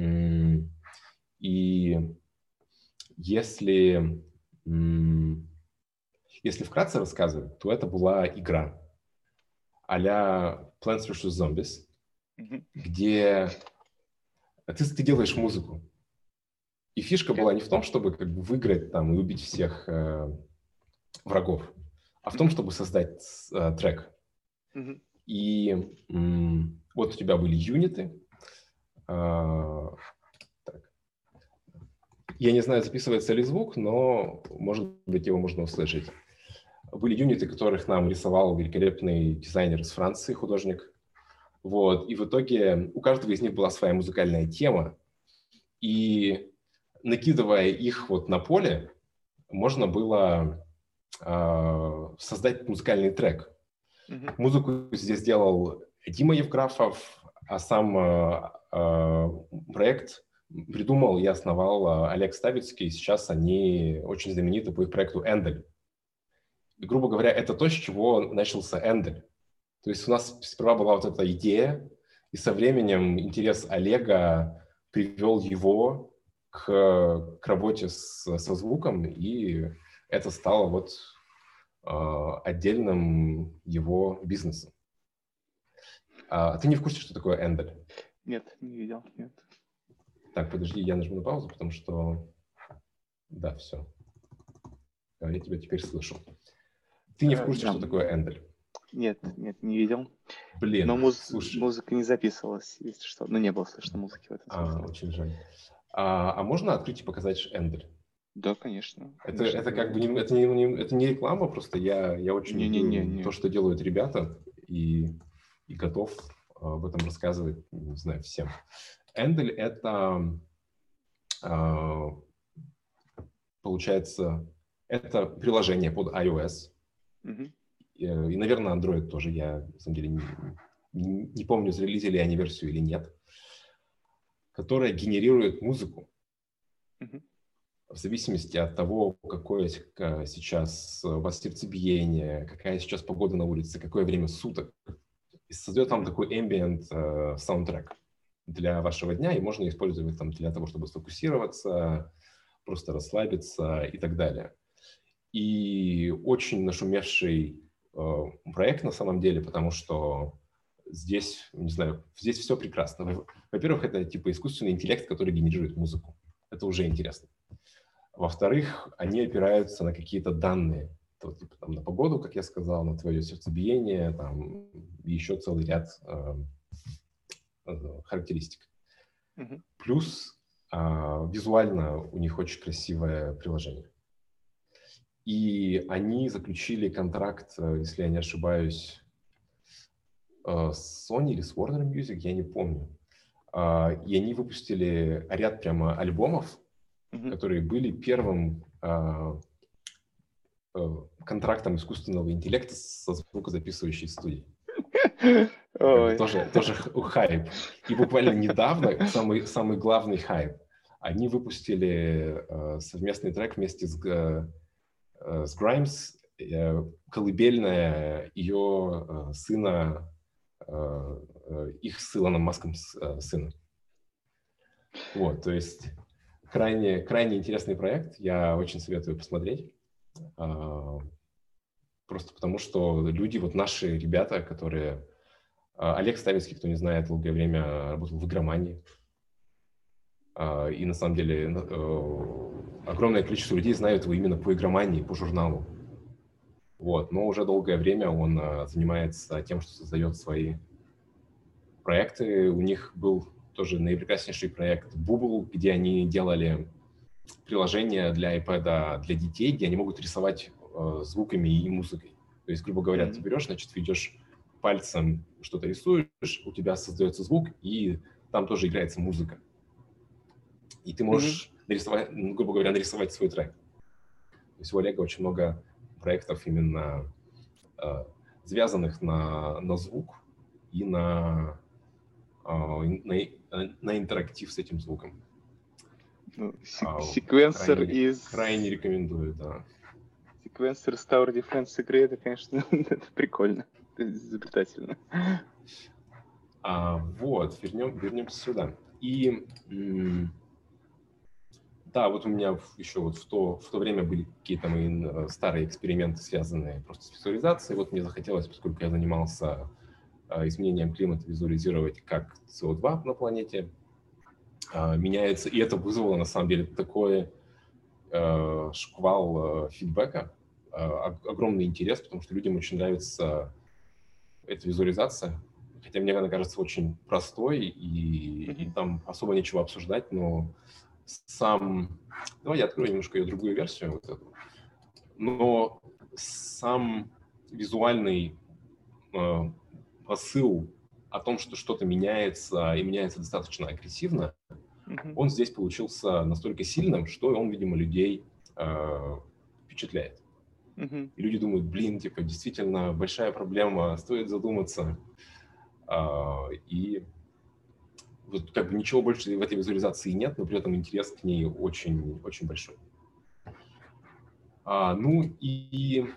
И если, если вкратце рассказывать, то это была игра а-ля Plants versus. Zombies, mm-hmm. где ты, ты делаешь музыку. И фишка okay. была не в том, чтобы как бы выиграть там и убить всех э, врагов, а в том, чтобы создать э, трек. Mm-hmm. И м, вот у тебя были юниты. Э, так. Я не знаю, записывается ли звук, но, может быть, его можно услышать. Были юниты, которых нам рисовал великолепный дизайнер из Франции, художник. Вот. И в итоге у каждого из них была своя музыкальная тема. И накидывая их вот на поле, можно было создать музыкальный трек. Mm-hmm. Музыку здесь сделал Дима Евграфов, а сам э, э, проект придумал и основал Олег Ставицкий. Сейчас они очень знамениты по их проекту «Эндель». И, грубо говоря, это то, с чего начался «Эндель». То есть у нас сперва была вот эта идея, и со временем интерес Олега привел его к, к работе с, со звуком, и это стало вот отдельным его бизнесом. А ты не в курсе, что такое Эндель? Нет, не видел, нет. Так, подожди, я нажму на паузу, потому что... Да, все. Я тебя теперь слышу. Ты не в курсе, а, что да. такое Эндель? Нет, нет, не видел. Блин, Но муз... слушай. музыка не записывалась, если что. Ну, не было слышно музыки в этом смысле. А, очень жаль. А, а можно открыть и показать Эндель? Да, конечно. Это, конечно, это как бы давай. не, это не, не- это не реклама, просто я, я очень люблю то, Не-не-не-не. что делают ребята, и, и готов а, об этом рассказывать, не знаю, всем. Эндель — это, а, получается, это приложение под iOS, Мгм. и, и, наверное, Android тоже. Я, на самом деле, не, не, не помню, зарелизили они версию или нет, которая генерирует музыку Мгм. в зависимости от того, какое э, сейчас у вас сердцебиение, какая сейчас погода на улице, какое время суток. И создает вам Мгм. такой ambient э, саундтрек для вашего дня, и можно использовать там для того, чтобы сфокусироваться, просто расслабиться и так далее. И очень нашумевший э, проект на самом деле, потому что здесь, не знаю, здесь все прекрасно. Во-первых, это типа искусственный интеллект, который генерирует музыку. Это уже интересно. Во-вторых, они опираются на какие-то данные, то, типа, там, на погоду, как я сказал, на твое сердцебиение, там, и еще целый ряд э, э, характеристик. Мгм. Плюс э, визуально у них очень красивое приложение. И они заключили контракт, э, если я не ошибаюсь, э, с Sony или с Warner Music, я не помню. Э, и они выпустили ряд прямо альбомов, Мгм. которые были первым э, контрактом искусственного интеллекта со звукозаписывающей студией. Как бы Ой. тоже, тоже хайп. И буквально недавно, самый, самый главный хайп, они выпустили э, совместный трек вместе с, э, с Grimes, э, колыбельная ее э, сына, э, э, их с Илоном Маском с, э, сына. Вот, то есть крайне, крайне интересный проект, я очень советую посмотреть. Э, Просто потому, что люди, вот наши ребята, которые... Олег Ставинский, кто не знает, долгое время работал в игромании. И на самом деле огромное количество людей знают его именно по игромании, по журналу. Вот. Но уже долгое время он занимается тем, что создает свои проекты. У них был тоже наипрекраснейший проект Bubble, где они делали приложение для iPad для детей, где они могут рисовать звуками и музыкой. То есть, грубо говоря, ты берешь, значит, ведешь пальцем, что-то рисуешь, у тебя создается звук, и там тоже играется музыка. И ты можешь, нарисовать, грубо говоря, нарисовать свой трек. То есть у Олега очень много проектов именно э, связанных на, на звук и на, э, на, на интерактив с этим звуком. Ну, Э, секвенсор крайне, из... крайне рекомендую, да. Секвенсор из Tower Defense игры, это, конечно, это прикольно, это изобретательно. А, вот, вернем, вернемся сюда. И м- да, вот у меня еще вот в то, в то время были какие-то мои старые эксперименты, связанные просто с визуализацией. Вот мне захотелось, поскольку я занимался э, изменением климата, визуализировать, как си о два на планете э, меняется. И это вызвало, на самом деле, такой э, шквал э, фидбэка, э, огромный интерес, потому что людям очень нравится эта визуализация. Хотя мне она кажется очень простой, и, и там особо нечего обсуждать, но сам... Давай я открою немножко ее другую версию. Вот эту. Но сам визуальный э, посыл о том, что что-то меняется, и меняется достаточно агрессивно, mm-hmm. он здесь получился настолько сильным, что он, видимо, людей э, впечатляет. Mm-hmm. И люди думают, блин, типа, действительно большая проблема, стоит задуматься. Uh, и вот как бы ничего больше в этой визуализации нет, но при этом интерес к ней очень, очень большой. Uh, ну и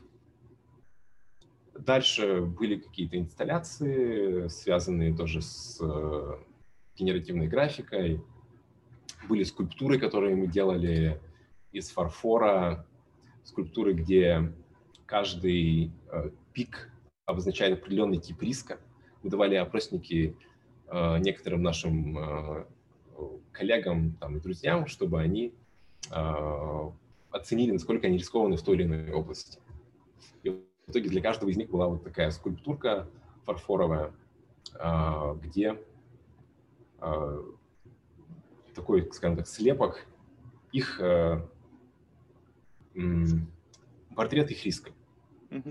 дальше были какие-то инсталляции, связанные тоже с uh, генеративной графикой. Были скульптуры, которые мы делали из фарфора, скульптуры, где каждый uh, пик обозначает определенный тип риска. Мы давали опросники некоторым нашим э, коллегам там, и друзьям, чтобы они э, оценили, насколько они рискованы в той или иной области. И в итоге для каждого из них была вот такая скульптурка фарфоровая, э, где э, такой, скажем так, слепок их, э, м, портрет их риска. Мгм.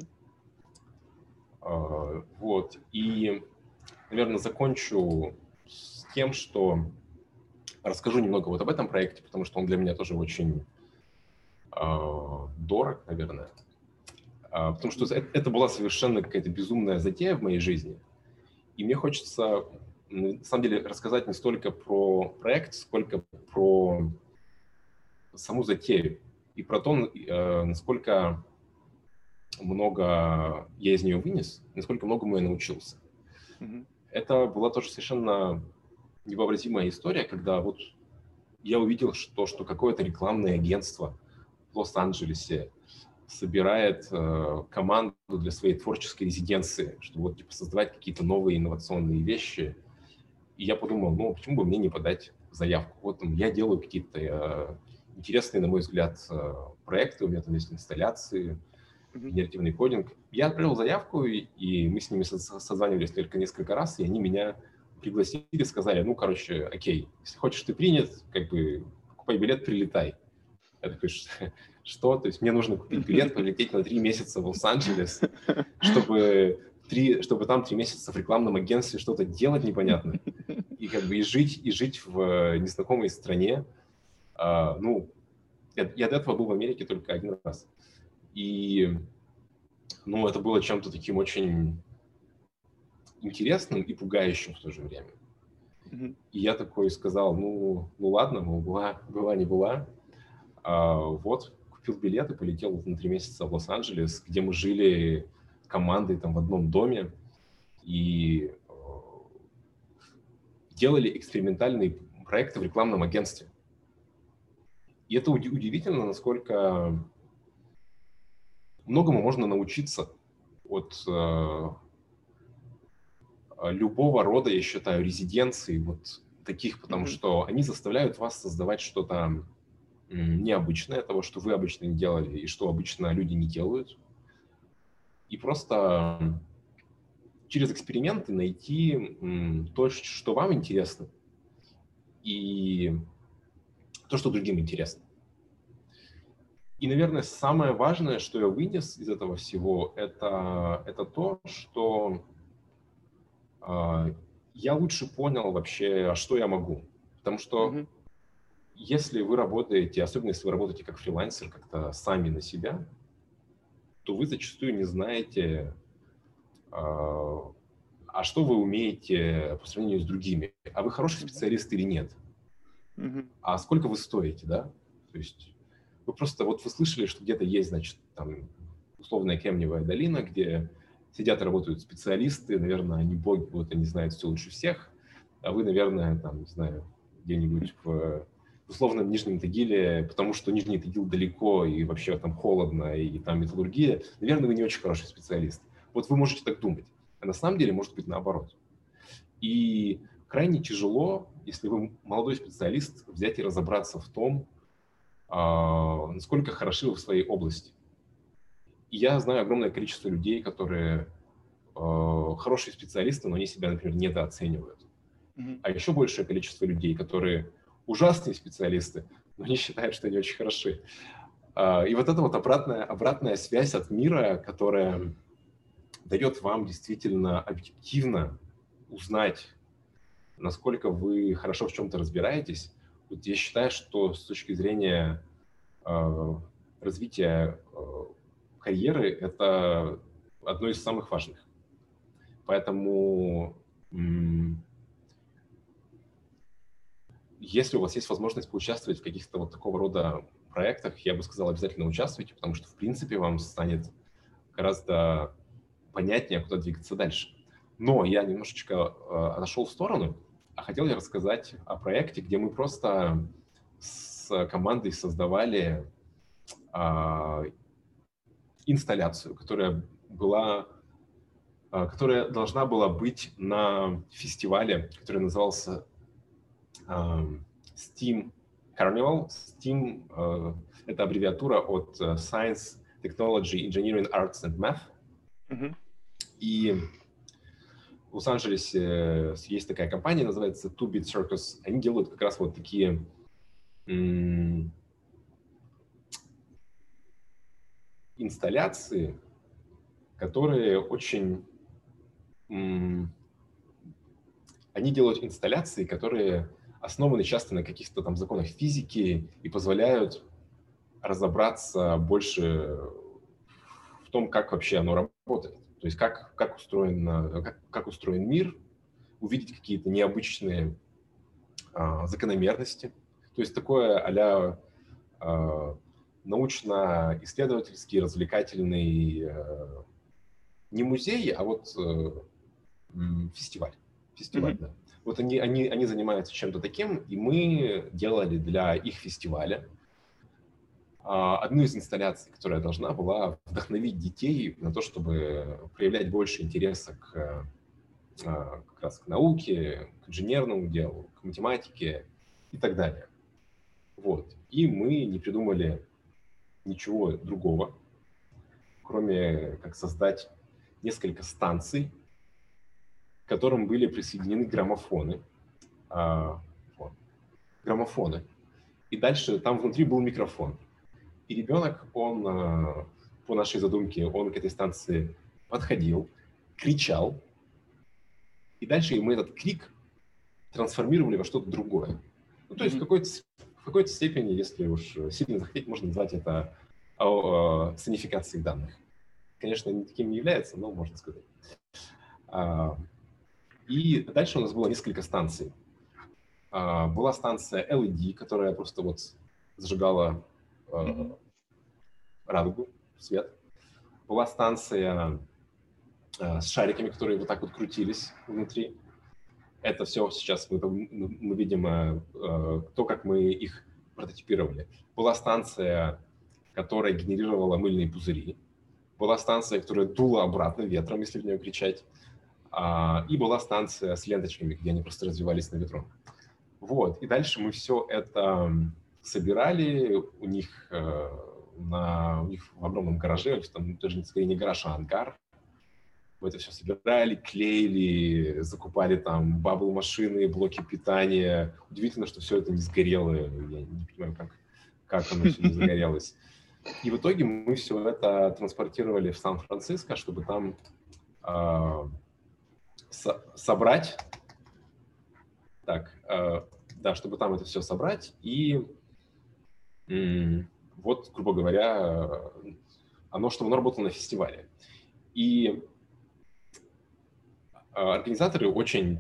Э, вот. И, наверное, закончу с тем, что расскажу немного вот об этом проекте, потому что он для меня тоже очень э, дорог, наверное. А, потому что это, это была совершенно какая-то безумная затея в моей жизни. И мне хочется, на самом деле, рассказать не столько про проект, сколько про саму затею и про то, э, насколько много я из нее вынес, насколько многому я научился. Мгм. Это была тоже совершенно невообразимая история, когда вот я увидел, что, что какое-то рекламное агентство в Лос-Анджелесе собирает э, команду для своей творческой резиденции, чтобы вот, типа, создавать какие-то новые инновационные вещи. И я подумал, ну, почему бы мне не подать заявку? Вот там, я делаю какие-то э, интересные, на мой взгляд, э, проекты, у меня там есть инсталляции, Мгм. генеративный кодинг. Я отправил заявку, и, и мы с ними со- созванивались только несколько раз, и они меня пригласили, сказали, ну, короче, окей, если хочешь, ты принят, как бы покупай билет, прилетай. Я такой, что? То есть мне нужно купить билет, полететь на три месяца в Лос-Анджелес, чтобы, три, чтобы там три месяца в рекламном агентстве что-то делать непонятно. И как бы и жить, и жить в незнакомой стране. А, ну, я, я до этого был в Америке только один раз. И, ну, это было чем-то таким очень интересным и пугающим в то же время. Мгм. И я такой сказал, ну, ну ладно, мол, была, была, не была. А, вот, купил билет и полетел на три месяца в Лос-Анджелес, где мы жили командой там в одном доме и э, делали экспериментальные проекты в рекламном агентстве. И это уди- удивительно, насколько многому можно научиться от э, любого рода, я считаю, резиденций вот таких, потому Мгм. что они заставляют вас создавать что-то м, необычное, того, что вы обычно не делали и что обычно люди не делают. И просто через эксперименты найти м, то, что вам интересно, и то, что другим интересно. И, наверное, самое важное, что я вынес из этого всего, это, это то, что э, я лучше понял вообще, а что я могу. Потому что Мгм. если вы работаете, особенно если вы работаете как фрилансер, как-то сами на себя, то вы зачастую не знаете, э, а что вы умеете по сравнению с другими. А вы хороший Мгм. специалист или нет? Мгм. А сколько вы стоите, да? То есть вы просто, вот вы слышали, что где-то есть, значит, там, условная Кремниевая долина, где сидят и работают специалисты, наверное, они боги, вот они знают все лучше всех, а вы, наверное, там, не знаю, где-нибудь в условном Нижнем Тагиле, потому что Нижний Тагил далеко, и вообще там холодно, и там металлургия, наверное, вы не очень хороший специалист. Вот вы можете так думать. А на самом деле может быть наоборот. И крайне тяжело, если вы молодой специалист, взять и разобраться в том, а, насколько хороши вы в своей области. И я знаю огромное количество людей, которые э, хорошие специалисты, но они себя, например, недооценивают. Мгм. А еще большее количество людей, которые ужасные специалисты, но они считают, что они очень хороши. А, и вот эта вот обратная, обратная связь от мира, которая дает вам действительно объективно узнать, насколько вы хорошо в чем-то разбираетесь, вот я считаю, что с точки зрения э, развития э, карьеры это одно из самых важных. Поэтому м, если у вас есть возможность поучаствовать в каких-то вот такого рода проектах, я бы сказал, обязательно участвуйте, потому что, в принципе, вам станет гораздо понятнее, куда двигаться дальше. Но я немножечко э, отошел в сторону, а хотел я рассказать о проекте, где мы просто с командой создавали э, инсталляцию, которая была, э, которая должна была быть на фестивале, который назывался э, Steam Carnival. Steam э, — это аббревиатура от э, Science, Technology, Engineering, Arts and Math. Мгм. И Лос-Анджелесе есть такая компания, называется Two Beat Circus. Они делают как раз вот такие м- инсталляции, которые очень... м- Они делают инсталляции, которые основаны часто на каких-то там законах физики и позволяют разобраться больше в том, как вообще оно работает. То есть как, как, устроен, как, как устроен мир, увидеть какие-то необычные а, закономерности. То есть такое а-ля а, научно-исследовательский, развлекательный а, не музей, а вот а, фестиваль. Фестиваль, Мгм. да. Вот они, они, они занимаются чем-то таким, и мы делали для их фестиваля а, одну из инсталляций, которая должна была вдохновить детей на то, чтобы проявлять больше интереса к, а, как раз к науке, к инженерному делу, к математике и так далее. Вот. И мы не придумали ничего другого, кроме как создать несколько станций, к которым были присоединены граммофоны. А, вот, граммофоны. И дальше там внутри был микрофон. И ребенок, он а, по нашей задумке, он к этой станции подходил, кричал, и дальше мы этот крик трансформировали во что-то другое. Ну, то есть в Мгм. какой-то, в какой-то степени, если уж сильно захотеть, можно назвать это а, а, санификацией данных. Конечно, не таким не является, но можно сказать. А, и дальше у нас было несколько станций. А, была станция эл и ди, которая просто вот зажигала а, Мгм. радугу, свет. Была станция а, с шариками, которые вот так вот крутились внутри. Это все сейчас мы, мы, мы видим а, а, то, как мы их прототипировали. Была станция, которая генерировала мыльные пузыри. Была станция, которая дула обратно ветром, если в нее кричать. А, и была станция с ленточками, где они просто развивались на ветру. Вот. И дальше мы все это собирали у них, э, на, у них в огромном гараже, там даже скорее не гараж, а ангар. Мы это все собирали, клеили, закупали там бабл-машины, блоки питания. Удивительно, что все это не сгорело. Я не понимаю, как, как оно все не загорелось. И в итоге мы все это транспортировали в Сан-Франциско, чтобы там э, со- собрать, так, э, да, чтобы там это все собрать и м, вот, грубо говоря, э, оно, чтобы оно работало на фестивале. И э, организаторы очень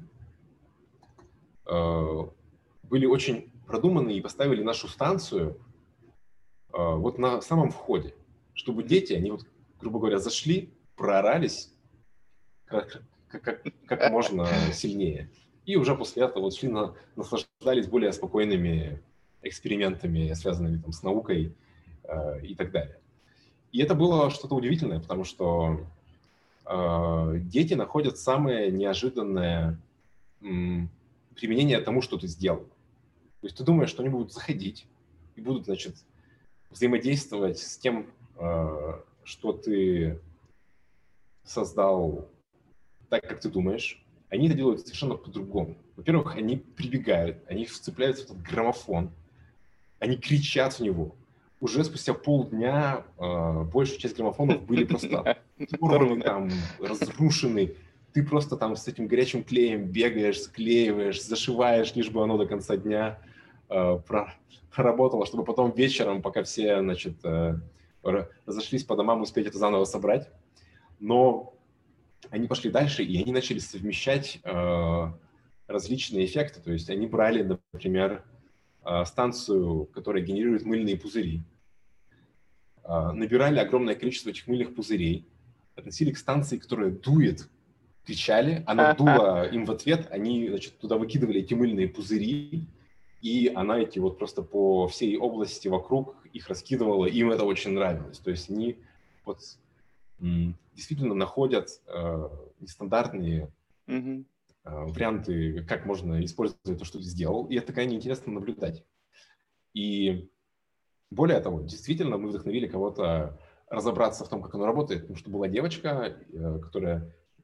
э, были очень продуманы и поставили нашу станцию э, вот на самом входе, чтобы Мгм. дети, они вот, грубо говоря, зашли, проорались как, как, как, как можно сильнее. И уже после этого вот шли на, наслаждались более спокойными экспериментами, связанными там, с наукой э, и так далее. И это было что-то удивительное, потому что э, дети находят самое неожиданное м, применение тому, что ты сделал. То есть ты думаешь, что они будут заходить и будут, значит, взаимодействовать с тем, э, что ты создал так, как ты думаешь. Они это делают совершенно по-другому. Во-первых, они прибегают, они вцепляются в этот граммофон, они кричат в него. Уже спустя полдня э, большая часть граммофонов были просто оторваны, Оторвано. там, разрушены. Ты просто там с этим горячим клеем бегаешь, склеиваешь, зашиваешь, лишь бы оно до конца дня э, про, проработало, чтобы потом вечером, пока все, значит, э, разошлись по домам, успеть это заново собрать. Но они пошли дальше, и они начали совмещать э, различные эффекты. То есть они брали, например, э, станцию, которая генерирует мыльные пузыри, э, набирали огромное количество этих мыльных пузырей, относили к станции, которая дует, кричали, она дула им в ответ, они, значит, туда выкидывали эти мыльные пузыри, и она эти вот просто по всей области вокруг их раскидывала, им это очень нравилось. То есть они вот действительно находят э, нестандартные Мгм. э, варианты, как можно использовать то, что ты сделал, и это крайне интересно наблюдать. И более того, действительно, мы вдохновили кого-то разобраться в том, как оно работает, потому что была девочка, э, которая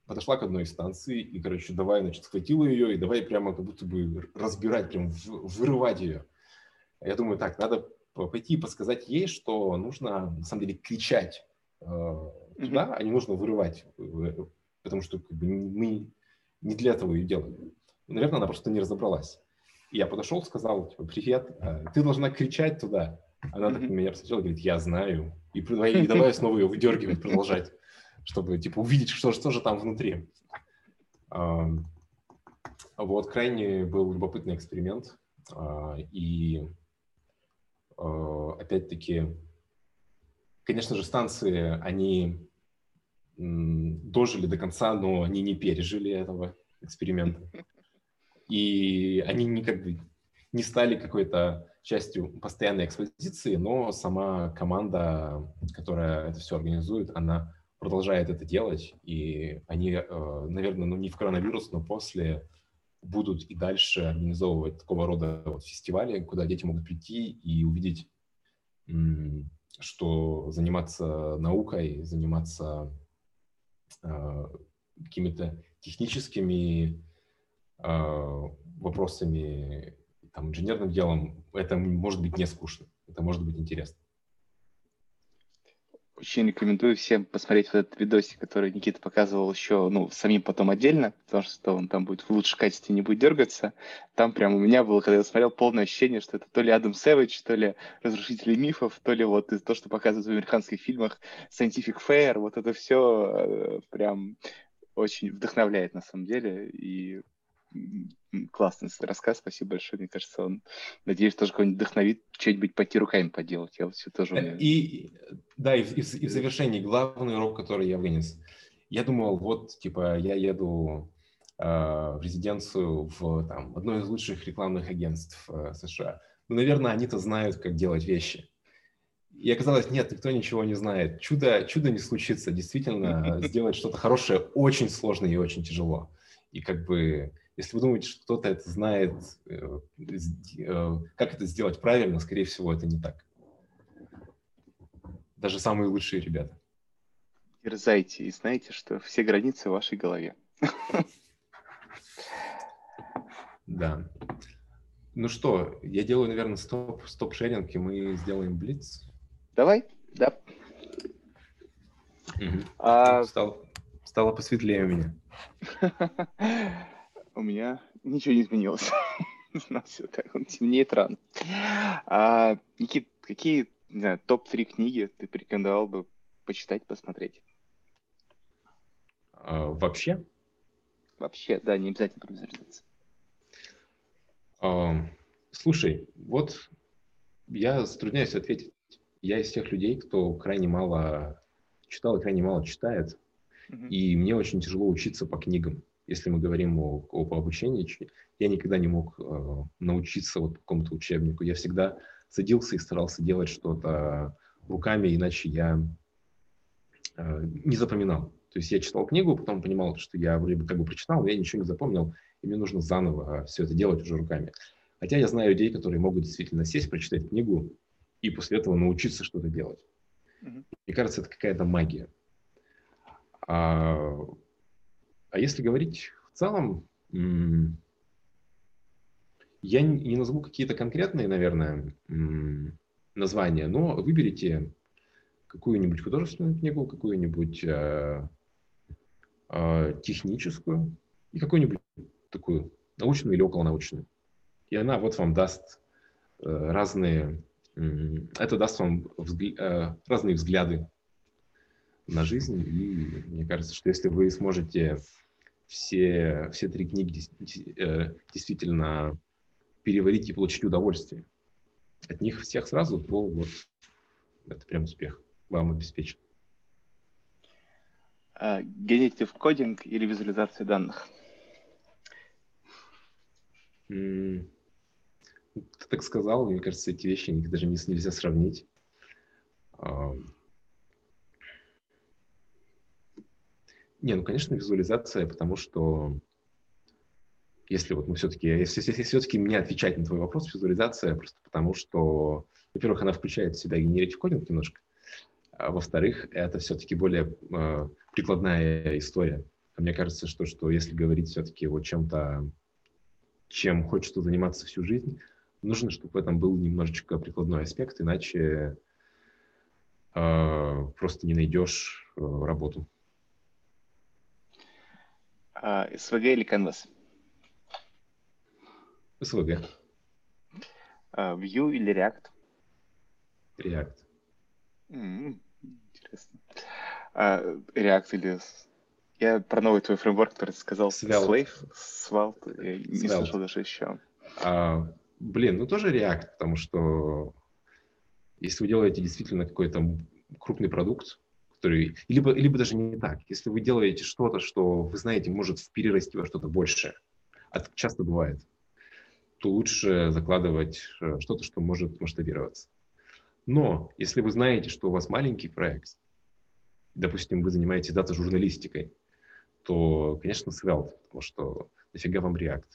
подошла к одной из станций и, короче, давай, значит, схватила ее и давай прямо как будто бы разбирать, прям вырывать ее. Я думаю, так, надо пойти и подсказать ей, что нужно, на самом деле, кричать э, туда, Мгм. а не нужно вырывать, э, потому что как бы, мы не для этого ее делаем. Наверное, она просто не разобралась. И я подошел, сказал, типа, привет, э, ты должна кричать туда. Она так на Мгм. меня посмотрела и говорит, я знаю. И, продавай- и давай снова ее выдергивать, продолжать, чтобы типа увидеть, что, что же там внутри. А, вот крайне был любопытный эксперимент. А, и а, опять-таки, конечно же, станции, они м, дожили до конца, но они не пережили этого эксперимента. И они не, как бы, не стали какой-то частью постоянной экспозиции, но сама команда, которая это все организует, она продолжает это делать, и они, э, наверное, ну не в коронавирус, но после будут и дальше организовывать такого рода вот фестивали, куда дети могут прийти и увидеть, м, что заниматься наукой, заниматься э, какими-то техническими э, вопросами, там, инженерным делом, это может быть не скучно, это может быть интересно. Очень рекомендую всем посмотреть вот этот видосик, который Никита показывал еще, ну, самим потом отдельно, потому что он там будет в лучшем качестве, не будет дергаться. Там прям у меня было, когда я смотрел, полное ощущение, что это то ли Адам Сэвидж, то ли Разрушители мифов, то ли вот то, что показывают в американских фильмах Scientific Fair, вот это все прям очень вдохновляет на самом деле. И м, классный рассказ, спасибо большое. Мне кажется, он, надеюсь, тоже кого-нибудь вдохновит что-нибудь пойти руками поделать. Я вот все тоже у меня... И, да, и, в- и, в и в завершении главный урок, который я вынес. Я думал, вот, типа, я еду э, в резиденцию в там, одно из лучших рекламных агентств э, США. Ну, наверное, они-то знают, как делать вещи. И оказалось, нет, никто ничего не знает. Чудо, чудо не случится. Действительно, сделать что-то хорошее очень сложно и очень тяжело. И как бы, если вы думаете, что кто-то это знает, э, э, как это сделать правильно, скорее всего, это не так. Даже самые лучшие ребята. Дерзайте и знайте, что все границы в вашей голове. Да. Ну что, я делаю, наверное, стоп, стоп-шеринг, и мы сделаем блиц. Давай, да. Угу. А... Стало, стало посветлее у меня. У меня ничего не изменилось. У нас все так, он темнеет рано. А, Никит, какие, не знаю, топ три книги ты порекомендовал бы почитать, посмотреть? А, вообще, Вообще, да, не обязательно про визуализацию. а, слушай, вот я затрудняюсь ответить. Я из тех людей, кто крайне мало читал и крайне мало читает, Мгм. и мне очень тяжело учиться по книгам. Если мы говорим о, об обучении, я никогда не мог э, научиться вот какому-то учебнику. Я всегда садился и старался делать что-то руками, иначе я э, не запоминал. То есть я читал книгу, потом понимал, что я вроде бы как бы прочитал, но я ничего не запомнил, и мне нужно заново все это делать уже руками. Хотя я знаю людей, которые могут действительно сесть, прочитать книгу и после этого научиться что-то делать. Мгм. Мне кажется, это какая-то магия. А, а если говорить в целом, м, я не, не назову какие-то конкретные, наверное, м, названия, но выберите какую-нибудь художественную книгу, какую-нибудь э, э, техническую и какую-нибудь такую научную или околонаучную. И она вот вам даст э, разные, м, это даст вам взгля- э, разные взгляды на жизнь. И мне кажется, что если вы сможете все, все три книги дес- э, действительно переварить и получить удовольствие от них всех сразу, то вот это прям успех вам обеспечен. А, Генератив кодинг или визуализация данных? М, Ты так сказал, мне кажется, эти вещи их даже не, нельзя сравнить. А, Не, ну, конечно, визуализация, потому что если вот мы все-таки, если, если все-таки мне отвечать на твой вопрос, визуализация просто потому, что, во-первых, она включает в себя генератив кодинг немножко, а во-вторых, это все-таки более э, прикладная история. А мне кажется, что, что если говорить все-таки о чем-то, чем хочется заниматься всю жизнь, нужно, чтобы в этом был немножечко прикладной аспект, иначе э, просто не найдешь э, работу. А, эс ви джи или Canvas? эс ви джи. А, Vue или React? React. М, Интересно. А, React или... с- Я про новый твой фреймворк, который ты сказал, Svelte. Slave, Svelte, я не слышал Svelte. даже еще. А, блин, ну тоже React, потому что если вы делаете действительно какой-то крупный продукт, который... Либо, либо даже не так. Если вы делаете что-то, что, вы знаете, может перерасти во что-то большее, а так часто бывает, то лучше закладывать э, что-то, что может масштабироваться. Но если вы знаете, что у вас маленький проект, допустим, вы занимаетесь дата-журналистикой, то, конечно, Svelte, потому что нафига вам React?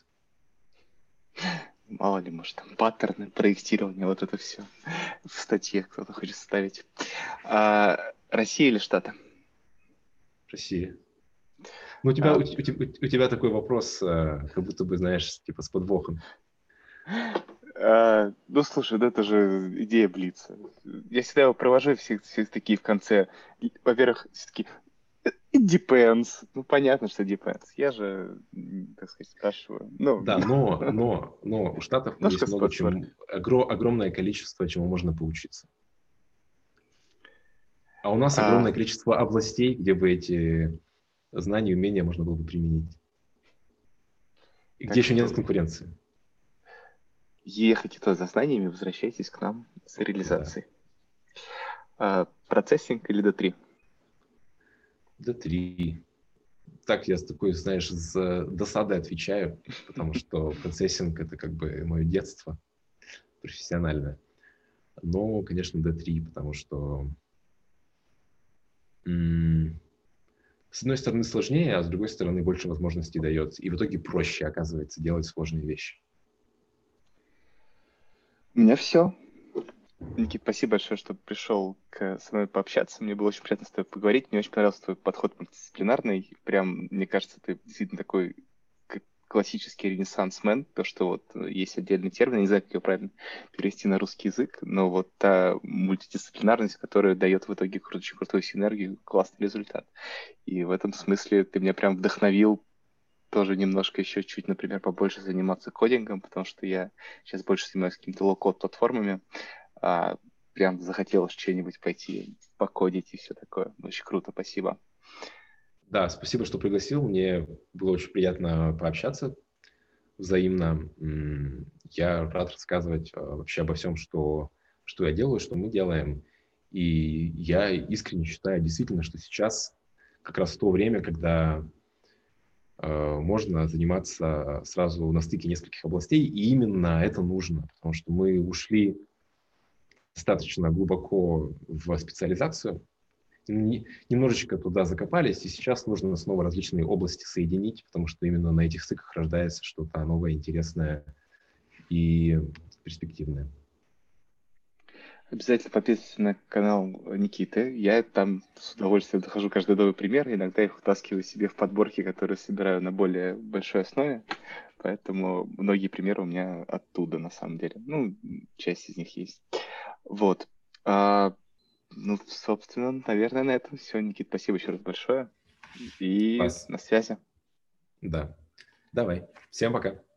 Мало ли, может, там паттерны, проектирование, вот это все в статье кто-то хочет ставить. А, Россия или Штаты? Россия. Ну, у тебя, у, А, у тебя у тебя такой вопрос, э, как будто бы, знаешь, типа с подвохом. а, ну, слушай, ну это же идея Блица. Я всегда его провожу, все, все такие в конце. И, Во-первых, все-таки it depends. Ну, понятно, что depends. Я же, м, так сказать, спрашиваю. Ну, Да, но, но, но у Штатов немножко есть с много подсмотром. чем, огро- огромное количество, чему можно поучиться. А у нас А, огромное количество областей, где бы эти знания и умения можно было бы применить. И где так еще нет что конкуренции. ехайте то за знаниями, возвращайтесь к нам с Да. реализацией. А, процессинг или ди три? ди три. Так я с такой, знаешь, с досадой отвечаю, потому что процессинг — это как бы мое детство профессиональное. Но, конечно, ди три, потому что м, с одной стороны сложнее, а с другой стороны больше возможностей дает. И в итоге проще, оказывается, делать сложные вещи. У меня все. Никит, спасибо большое, что пришел к, со мной пообщаться. Мне было очень приятно с тобой поговорить. Мне очень понравился твой подход мультидисциплинарный. Прям, мне кажется, ты действительно такой к- классический ренессансмен. То, что вот э, есть отдельный термин, не знаю, как его правильно перевести на русский язык, но вот та мультидисциплинарность, которая дает в итоге кру- очень крутую синергию, классный результат. И в этом смысле ты меня прям вдохновил тоже немножко еще чуть, например, побольше заниматься кодингом, потому что я сейчас больше занимаюсь какими-то лоу-код платформами, а, прям захотелось что-нибудь пойти покодить и все такое. Очень круто, спасибо. Да, спасибо, что пригласил. Мне было очень приятно пообщаться взаимно. М, Я рад рассказывать э, вообще обо всем, что, что я делаю, что мы делаем. И я искренне считаю действительно, что сейчас как раз то время, когда э, можно заниматься сразу на стыке нескольких областей, и именно это нужно, потому что мы ушли достаточно глубоко в специализацию, не- немножечко туда закопались, и сейчас нужно снова различные области соединить, потому что именно на этих стыках рождается что-то новое, интересное и перспективное. Обязательно подписывайтесь на канал Никиты. Я там с удовольствием дохожу каждый новый пример. Иногда их втаскиваю себе в подборки, которые собираю на более большой основе. Поэтому многие примеры у меня оттуда, на самом деле. Ну, часть из них есть. Вот. А, ну, собственно, наверное, на этом все. Никит, спасибо еще раз большое. И Класс. на связи. Да. Давай. Всем пока.